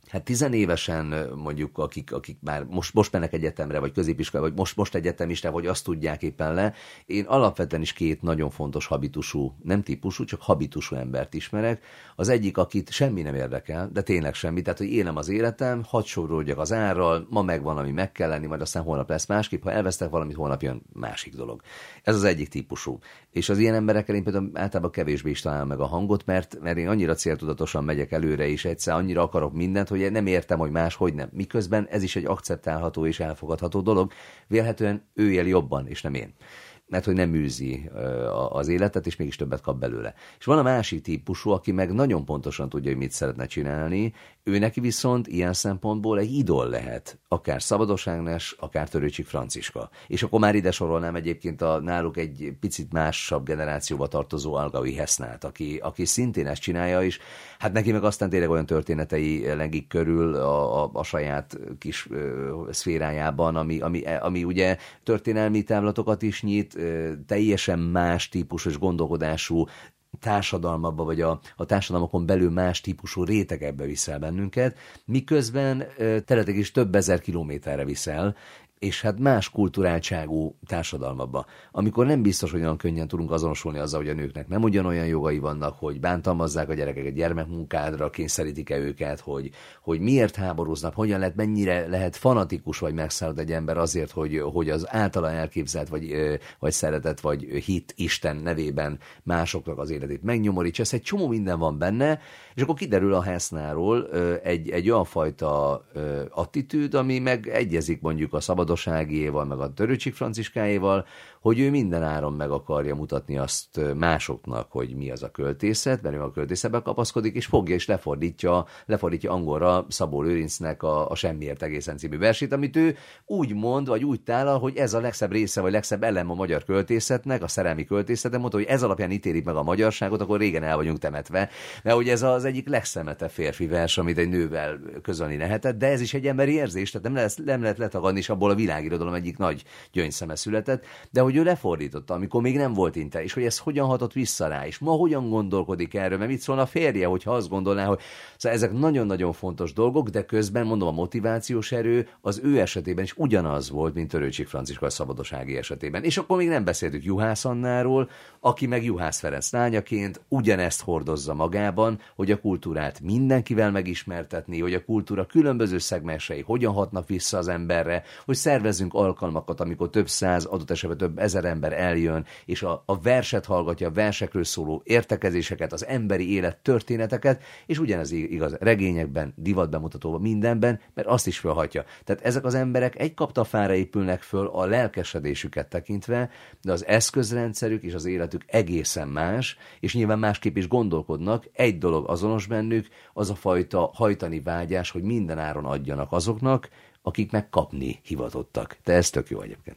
Hát tizenévesen mondjuk, akik, akik már most, most mennek egyetemre, vagy középiskola, vagy most, most egyetemista, vagy azt tudják éppen le. Én alapvetően is két nagyon fontos habitusú, nem típusú, csak habitusú embert ismerek. Az egyik, akit semmi nem érdekel, de tényleg semmi. Tehát, hogy élem az életem, hadd sorolódjak az árral, ma megvan, ami meg kell lenni, majd aztán holnap lesz másképp. Ha elvesztek valamit, holnap jön másik dolog. Ez az egyik típusú. És az ilyen emberekkel én például általában kevésbé is találom meg a hangot, mert, mert én annyira céltudatosan megyek előre, és egyszer annyira akarok mindent, hogy nem értem, hogy más, hogy nem. Miközben ez is egy akceptálható és elfogadható dolog, vélhetően ő él jobban, és nem én. Mert hogy nem űzi az életet, és mégis többet kap belőle. És van a másik típusú, aki meg nagyon pontosan tudja, hogy mit szeretne csinálni, ő neki viszont ilyen szempontból egy idol lehet, akár Szabados Ágnes, akár Törőcsik Franciska. És akkor már ide sorolnám egyébként a náluk egy picit másabb generációba tartozó Algaui Hesznát, aki, aki szintén ezt csinálja is. Hát neki meg aztán tényleg olyan történetei lengik körül a, a, a saját kis ö, szférájában, ami, ami, ami ugye történelmi távlatokat is nyit, ö, teljesen más típusos gondolkodású társadalmakba, vagy a, a társadalmakon belül más típusú rétegekbe viszel bennünket, miközben területek is több ezer kilométerre viszel, és hát más kulturáltságú társadalmakba, amikor nem biztos, hogy olyan könnyen tudunk azonosulni azzal, hogy a nőknek nem ugyanolyan jogai vannak, hogy bántalmazzák a gyerekeket, gyermekmunkádra kényszerítik-e őket, hogy, hogy miért háborúznak, hogyan lehet, mennyire lehet fanatikus vagy megszállott egy ember azért, hogy, hogy az általa elképzelt, vagy, vagy szeretet, vagy hit Isten nevében másoknak az életét megnyomorítsa. Ez egy csomó minden van benne, és akkor kiderül a Hesznáról egy, egy olyan fajta attitűd, ami meg egyezik mondjuk a Szabados Ágiéval, meg a Törőcsik Franciskáéval, hogy ő minden áron meg akarja mutatni azt másoknak, hogy mi az a költészet, mert ő a költészetben kapaszkodik, és fogja és lefordítja, lefordítja angolra Szabó Lőrincnek a, a Semmiért egészen című versét, amit ő úgy mond, vagy úgy tálal, hogy ez a legszebb része, vagy legszebb elem a magyar költészetnek, a szerelmi költészetnek, mondta, hogy ez alapján ítélik meg a magyarságot, akkor régen el vagyunk temetve. Mert hogy ez az egyik legszemetebb férfi vers, amit egy nővel közölni lehetett, de ez is egy emberi érzés, tehát nem lehet, nem lehet letagadni, és abból a világirodalom egyik nagy gyöngyszeme született, de hogy ő lefordította, amikor még nem volt internet, és hogy ez hogyan hatott vissza rá, és ma hogyan gondolkodik erről, mert mit szólna a férje, hogyha azt gondolná, hogy szóval ezek nagyon-nagyon fontos dolgok, de közben mondom, a motivációs erő az ő esetében is ugyanaz volt, mint Törőcsik Franciska a Szabados Ági esetében. És akkor még nem beszéltük Juhász Annáról, aki meg Juhász Ferenc lányaként ugyanezt hordozza magában, hogy a kultúrát mindenkivel megismertetni, hogy a kultúra különböző szegmensei hogyan hatnak vissza az emberre, hogy szervezzünk alkalmakat, amikor több száz, adott esetben több ezer ember eljön, és a, a verset hallgatja, a versekről szóló értekezéseket, az emberi élet történeteket, és ugyanez igaz regényekben, divatbemutatóban, mindenben, mert azt is felhatja. Tehát ezek az emberek egy kaptafára épülnek föl a lelkesedésüket tekintve, de az eszközrendszerük és az életük egészen más, és nyilván másképp is gondolkodnak. Egy dolog azonos bennük, az a fajta hajtani vágyás, hogy minden áron adjanak azoknak, akik meg kapni hivatottak. De ez tök jó egyébként.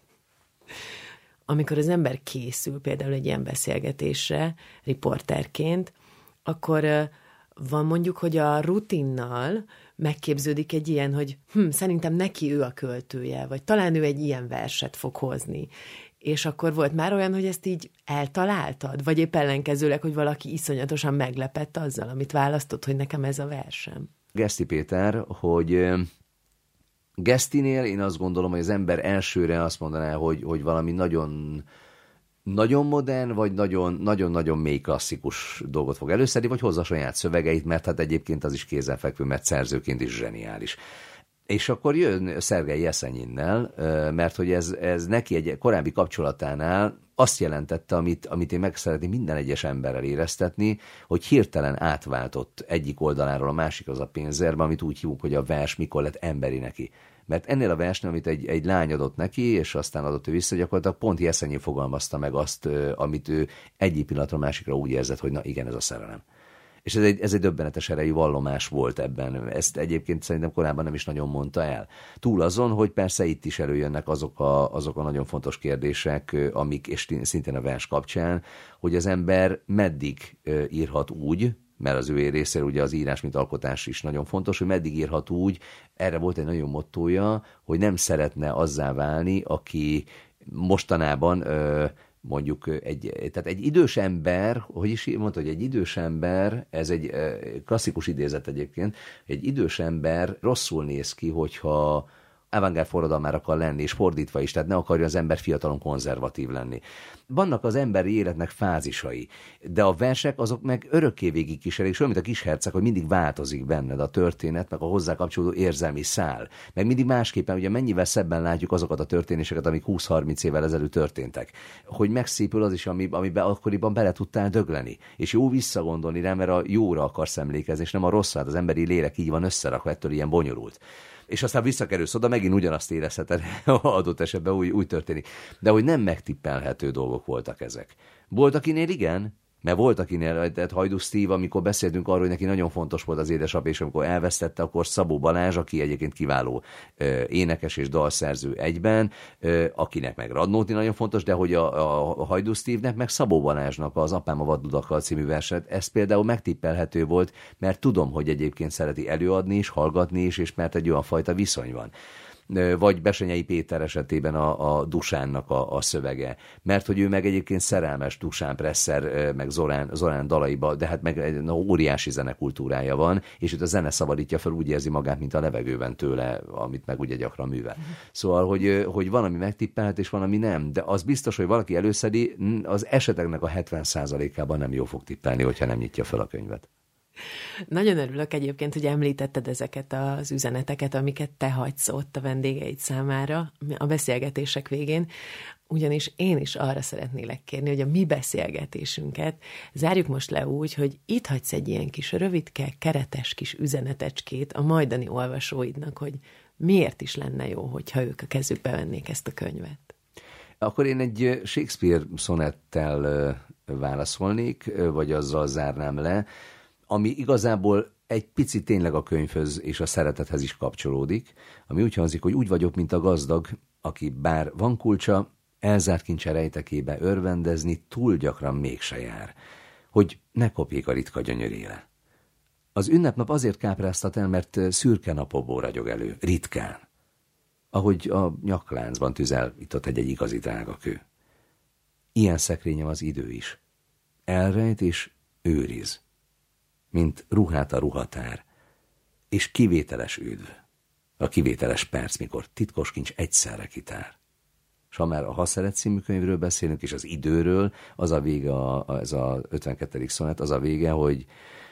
Amikor az ember készül például egy ilyen beszélgetésre, riporterként, akkor van mondjuk, hogy a rutinnal megképződik egy ilyen, hogy hm, szerintem neki ő a költője, vagy talán ő egy ilyen verset fog hozni. És akkor volt már olyan, hogy ezt így eltaláltad? Vagy épp ellenkezőleg, hogy valaki iszonyatosan meglepett azzal, amit választott, hogy nekem ez a versem? Geszti Péter, hogy Gesztinél én azt gondolom, hogy az ember elsőre azt mondaná, hogy, hogy valami nagyon, nagyon modern, vagy nagyon, nagyon-nagyon mély klasszikus dolgot fog előszedni, vagy hozza saját szövegeit, mert hát egyébként az is kézenfekvő, mert szerzőként is zseniális. És akkor jön Szergej Jeszenyinnel, mert hogy ez, ez neki egy korábbi kapcsolatánál azt jelentette, amit, amit én meg szeretném minden egyes emberrel éreztetni, hogy hirtelen átváltott egyik oldaláról a másik az a pénzérbe, amit úgy hívunk, hogy a vers mikor lett emberi neki. Mert ennél a versnél, amit egy, egy lány adott neki, és aztán adott ő vissza, gyakorlatilag pont Jeszenyi fogalmazta meg azt, amit ő egyik pillanatra másikra úgy érzett, hogy na igen, ez a szerelem. És ez egy, ez egy döbbenetes erejű vallomás volt ebben. Ezt egyébként szerintem korábban nem is nagyon mondta el. Túl azon, hogy persze itt is előjönnek azok a, azok a nagyon fontos kérdések, amik, és szintén a vers kapcsán, hogy az ember meddig írhat úgy, mert az ő részéről ugye az írás, mint alkotás is nagyon fontos, hogy meddig írhat úgy, erre volt egy nagyon mottója, hogy nem szeretne azzá válni, aki mostanában ö, mondjuk egy, tehát egy idős ember, hogy is mondta, hogy egy idős ember, ez egy klasszikus idézet egyébként, egy idős ember rosszul néz ki, hogyha avantgárd forradalmára akar lenni, és fordítva is, tehát ne akarja az ember fiatalon konzervatív lenni. Vannak az emberi életnek fázisai, de a versek azok meg örökké végig kísérik, és olyan, mint a Kisherceg, hogy mindig változik benned a történet, meg a hozzá kapcsolódó érzelmi szál. Meg mindig másképpen, ugye mennyivel szebben látjuk azokat a történéseket, amik húsz-harminc évvel ezelőtt történtek. Hogy megszépül az is, ami, amiben akkoriban bele tudtál dögleni. És jó visszagondolni rá, mert a jóra akarsz emlékezni, és nem a rosszat. Az emberi lélek így van összerakva, ettől ilyen bonyolult. És aztán visszakerülsz oda, megint ugyanazt érezheted, adott esetben úgy, úgy történik. De hogy nem megtippelhető dolgok voltak ezek. Volt, akinél igen, mert volt, akinél, tehát Hajdú Steve, amikor beszéltünk arról, hogy neki nagyon fontos volt az édesapja, és amikor elvesztette, akkor Szabó Balázs, aki egyébként kiváló ö, énekes és dalszerző egyben, ö, akinek meg Radnóti nagyon fontos, de hogy a, a, a Hajdú Steve-nek meg Szabó Balázsnak az Apám a vadludakkal című verset, ez például megtippelhető volt, mert tudom, hogy egyébként szereti előadni is, hallgatni is, és mert egy olyan fajta viszony van. Vagy Besenyei Péter esetében a, a Dusánnak a, a szövege. Mert hogy ő meg egyébként szerelmes Dusán Presser, meg Zorán, Zorán dalaiba, de hát meg egy óriási zenekultúrája van, és itt a zene szabadítja fel, úgy érzi magát, mint a levegőben tőle, amit meg ugye gyakran művel. Szóval, hogy, hogy van, ami megtippelhet, és van, ami nem. De az biztos, hogy valaki előszedi, az eseteknek a hetven százalékában nem jó fog tippelni, hogyha nem nyitja fel a könyvet. Nagyon örülök egyébként, hogy említetted ezeket az üzeneteket, amiket te hagysz ott a vendégeid számára a beszélgetések végén, ugyanis én is arra szeretnélek kérni, hogy a mi beszélgetésünket zárjuk most le úgy, hogy itt hagysz egy ilyen kis rövidke, keretes kis üzenetecskét a majdani olvasóidnak, hogy miért is lenne jó, hogyha ők a kezükbe vennék ezt a könyvet. Akkor én egy Shakespeare szonettel válaszolnék, vagy azzal zárnám le, ami igazából egy picit tényleg a könyvhöz és a szeretethez is kapcsolódik, ami úgy hangzik, hogy úgy vagyok, mint a gazdag, aki bár van kulcsa, elzárt kincse rejtekébe örvendezni túl gyakran mégse jár, hogy ne kopjék a ritka gyönyörére. Az ünnepnap azért kápráztat el, mert szürke napokból ragyog elő, ritkán. Ahogy a nyakláncban tüzel itt ott egy-egy igazi drágakő. Ilyen szekrényem az idő is. Elrejt és őriz, mint ruhát a ruhatár, és kivételes üdv, a kivételes perc, mikor titkos kincs egyszerre kitár. És ha már a Ha szeret című könyvről beszélünk, és az időről, az a vége, a, ez az ötvenkettedik szonet, az a vége, hogy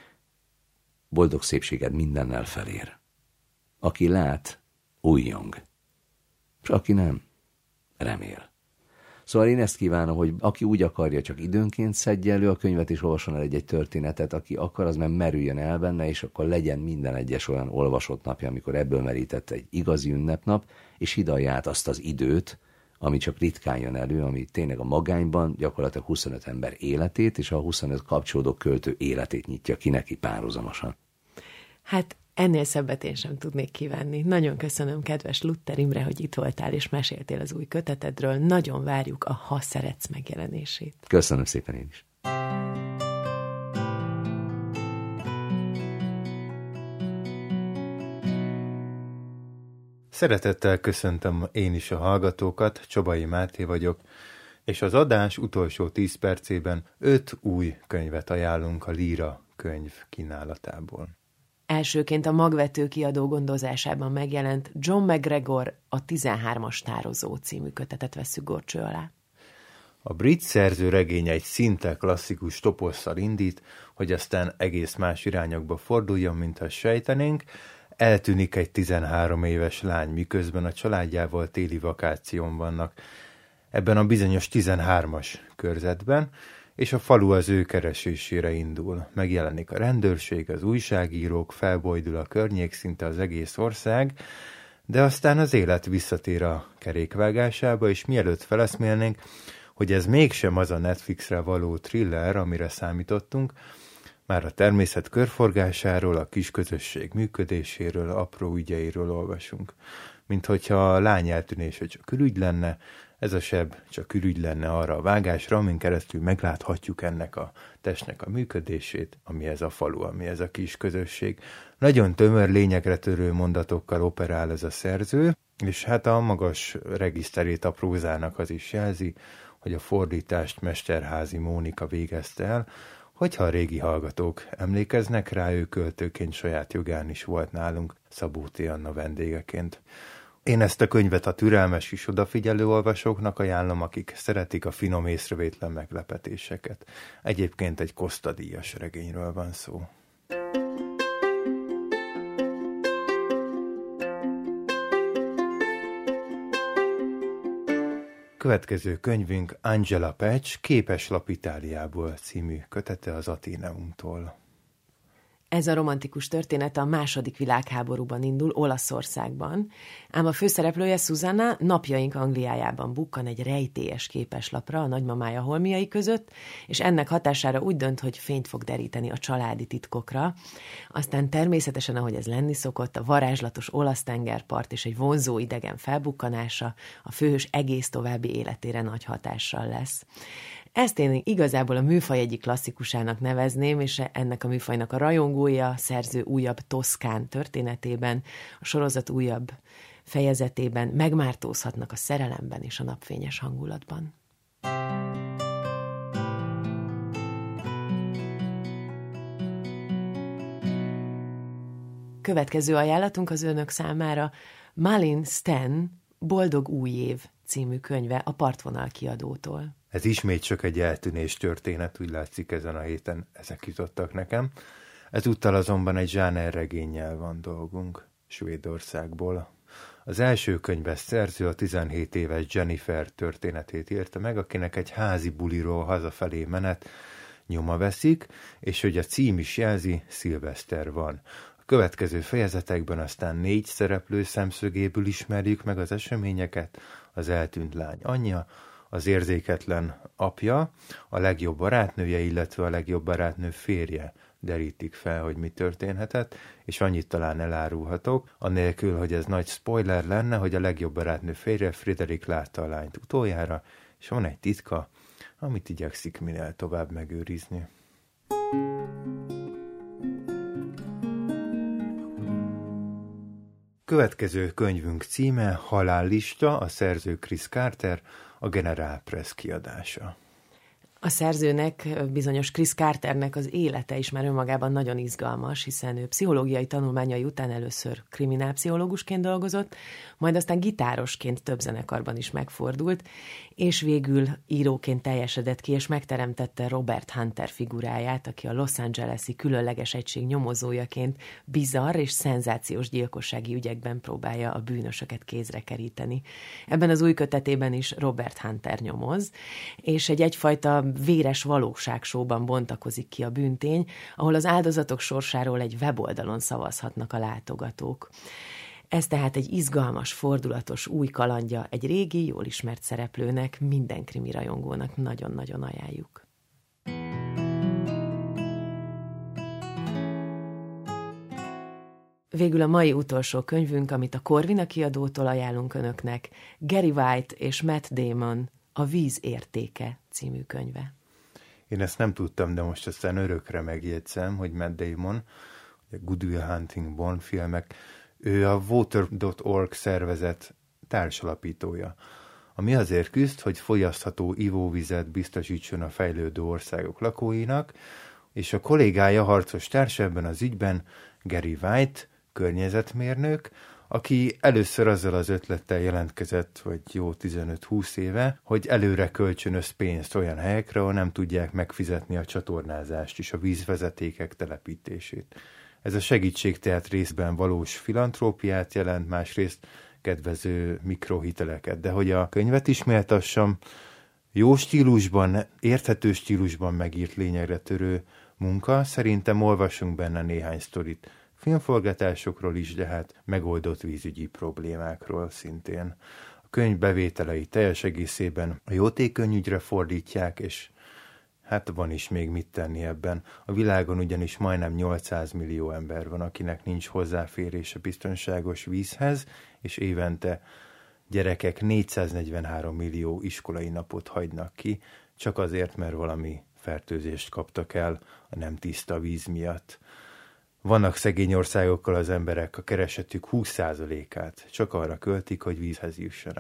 boldog szépséged mindennel felér. Aki lát, újjong, és aki nem, remél. Szóval én ezt kívánom, hogy aki úgy akarja, csak időnként szedje elő a könyvet, és olvasson el egy-egy történetet, aki akar, az meg merüljön el benne, és akkor legyen minden egyes olyan olvasott napja, amikor ebből merített egy igazi ünnepnap, és hidalja át azt az időt, ami csak ritkán jön elő, ami tényleg a magányban gyakorlatilag huszonöt ember életét, és a huszonöt kapcsolódó költő életét nyitja ki neki párhuzamosan. Hát ennél szebbet én sem tudnék kívánni. Nagyon köszönöm, kedves Luther Imre, hogy itt voltál és meséltél az új kötetedről. Nagyon várjuk a Ha szeretsz megjelenését. Köszönöm szépen én is. Szeretettel köszöntöm én is a hallgatókat, Csobai Máté vagyok, és az adás utolsó tíz percében öt új könyvet ajánlunk a Líra könyv kínálatából. Elsőként a Magvető kiadó gondozásában megjelent John McGregor a tizenhármas tározó című kötetet vesszük górcső alá. A brit szerző regénye egy szinte klasszikus toposszal indít, hogy aztán egész más irányokba forduljon, mint ha sejtenénk. Eltűnik egy tizenhárom éves lány, miközben a családjával téli vakáción vannak ebben a bizonyos tizenhármas körzetben, és a falu az ő keresésére indul. Megjelenik a rendőrség, az újságírók, felbojdul a környék, szinte az egész ország, de aztán az élet visszatér a kerékvágásába, és mielőtt feleszmélnénk, hogy ez mégsem az a Netflixre való thriller, amire számítottunk, már a természet körforgásáról, a kisközösség működéséről, apró ügyeiről olvasunk. Mint hogyha a lány eltűnése csak ürügy lenne, ez a seb csak ürügy lenne arra a vágásra, amin keresztül megláthatjuk ennek a testnek a működését, ami ez a falu, ami ez a kis közösség. Nagyon tömör, lényegre törő mondatokkal operál ez a szerző, és hát a magas regiszterét a prózának az is jelzi, hogy a fordítást Mesterházy Mónika végezte el. Hogyha a régi hallgatók emlékeznek rá, ő költőként saját jogán is volt nálunk Szabó T. Anna vendégeként. Én ezt a könyvet a türelmes és odafigyelő olvasóknak ajánlom, akik szeretik a finom észrevétlen meglepetéseket. Egyébként egy Costa-díjas regényről van szó. Következő könyvünk Angela Patch Képeslap Itáliából című kötete az Atheneumtól. Ez a romantikus történet a második világháborúban indul Olaszországban, ám a főszereplője Susanna napjaink Angliájában bukkan egy rejtélyes képeslapra a nagymamája holmiai között, és ennek hatására úgy dönt, hogy fényt fog deríteni a családi titkokra. Aztán természetesen, ahogy ez lenni szokott, a varázslatos olasz tengerpart és egy vonzó idegen felbukkanása a főhős egész további életére nagy hatással lesz. Ezt én igazából a műfaj egyik klasszikusának nevezném, és ennek a műfajnak a rajongója, szerző újabb Toszkán történetében, a sorozat újabb fejezetében megmártózhatnak a szerelemben és a napfényes hangulatban. Következő ajánlatunk az önök számára Malin Sten Boldog új év című könyve a Partvonal kiadótól. Ez ismét csak egy eltűnés történet, úgy látszik ezen a héten ezek jutottak nekem. Ezúttal azonban egy zsánerregénnyel van dolgunk, Svédországból. Az első könyves szerző a tizenhét éves Jennifer történetét írta meg, akinek egy házi buliról hazafelé menet nyoma veszik, és hogy a cím is jelzi, szilveszter van. A következő fejezetekben aztán négy szereplő szemszögéből ismerjük meg az eseményeket, az eltűnt lány anyja, az érzéketlen apja, a legjobb barátnője, illetve a legjobb barátnő férje derítik fel, hogy mi történhetett, és annyit talán elárulhatok, anélkül, hogy ez nagy spoiler lenne, hogy a legjobb barátnő férje Friederik látta a lányt utoljára, és van egy titka, amit igyekszik minél tovább megőrizni. Következő könyvünk címe Halállista, a szerző Chris Carter, a General Press kiadása. A szerzőnek, bizonyos Chris Carternek az élete is már önmagában nagyon izgalmas, hiszen ő pszichológiai tanulmányai után először kriminálpszichológusként dolgozott, majd aztán gitárosként több zenekarban is megfordult, és végül íróként teljesedett ki, és megteremtette Robert Hunter figuráját, aki a Los Angeles-i különleges egység nyomozójaként bizarr és szenzációs gyilkossági ügyekben próbálja a bűnösöket kézre keríteni. Ebben az új kötetében is Robert Hunter nyomoz, és egy egyfajta véres valóságsóban bontakozik ki a bűntény, ahol az áldozatok sorsáról egy weboldalon szavazhatnak a látogatók. Ez tehát egy izgalmas, fordulatos új kalandja egy régi, jól ismert szereplőnek, minden krimi rajongónak nagyon-nagyon ajánljuk. Végül a mai utolsó könyvünk, amit a Corvina kiadótól ajánlunk önöknek, Gary White és Matt Damon, A víz értéke című könyve. Én ezt nem tudtam, de most aztán örökre megjegyzem, hogy Matt Damon, a Good Will Hunting Bond filmek, ő a Water dot org szervezet társalapítója, ami azért küzd, hogy fogyasztható ivóvizet biztosítson a fejlődő országok lakóinak, és a kollégája, harcos társa ebben az ügyben Gary White, környezetmérnök, aki először azzal az ötlettel jelentkezett, vagy jó tizenöt-húsz éve, hogy előre kölcsönöz pénzt olyan helyekre, ahol nem tudják megfizetni a csatornázást és a vízvezetékek telepítését. Ez a segítség tehát részben valós filantrópiát jelent, másrészt kedvező mikrohiteleket. De hogy a könyvet is méltassam, jó stílusban, érthető stílusban megírt, lényegre törő munka, szerintem olvassunk benne néhány sztorit. Filmforgatásokról is, de hát megoldott vízügyi problémákról szintén. A könyv bevételei teljes egészében a jótékonyügyre fordítják, és hát van is még mit tenni ebben. A világon ugyanis majdnem nyolcszáz millió ember van, akinek nincs hozzáférése biztonságos vízhez, és évente gyerekek négyszáznegyvenhárom millió iskolai napot hagynak ki, csak azért, mert valami fertőzést kaptak el a nem tiszta víz miatt. Vannak szegény országokkal az emberek a keresetük húsz százalékát csak arra költik, hogy vízhez jussanak.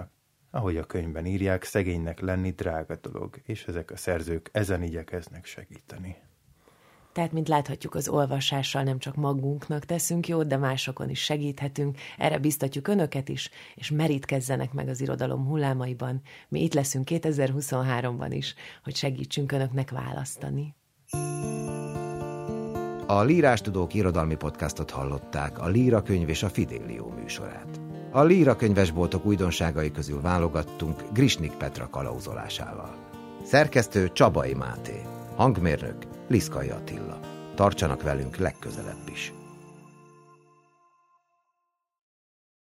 Ahogy a könyvben írják, szegénynek lenni drága dolog, és ezek a szerzők ezen igyekeznek segíteni. Tehát, mint láthatjuk, az olvasással nem csak magunknak teszünk jót, de másokon is segíthetünk. Erre biztatjuk önöket is, és merítkezzenek meg az irodalom hullámaiban. Mi itt leszünk kétezer-huszonháromban is, hogy segítsünk önöknek választani. A Lírástudók irodalmi podcastot hallották, a Líra könyv és a Fidelio műsorát. A Líra könyvesboltok újdonságai közül válogattunk Grisnik Petra kalauzolásával. Szerkesztő Csabai Máté, hangmérnök Liszkai Attila. Tartsanak velünk legközelebb is!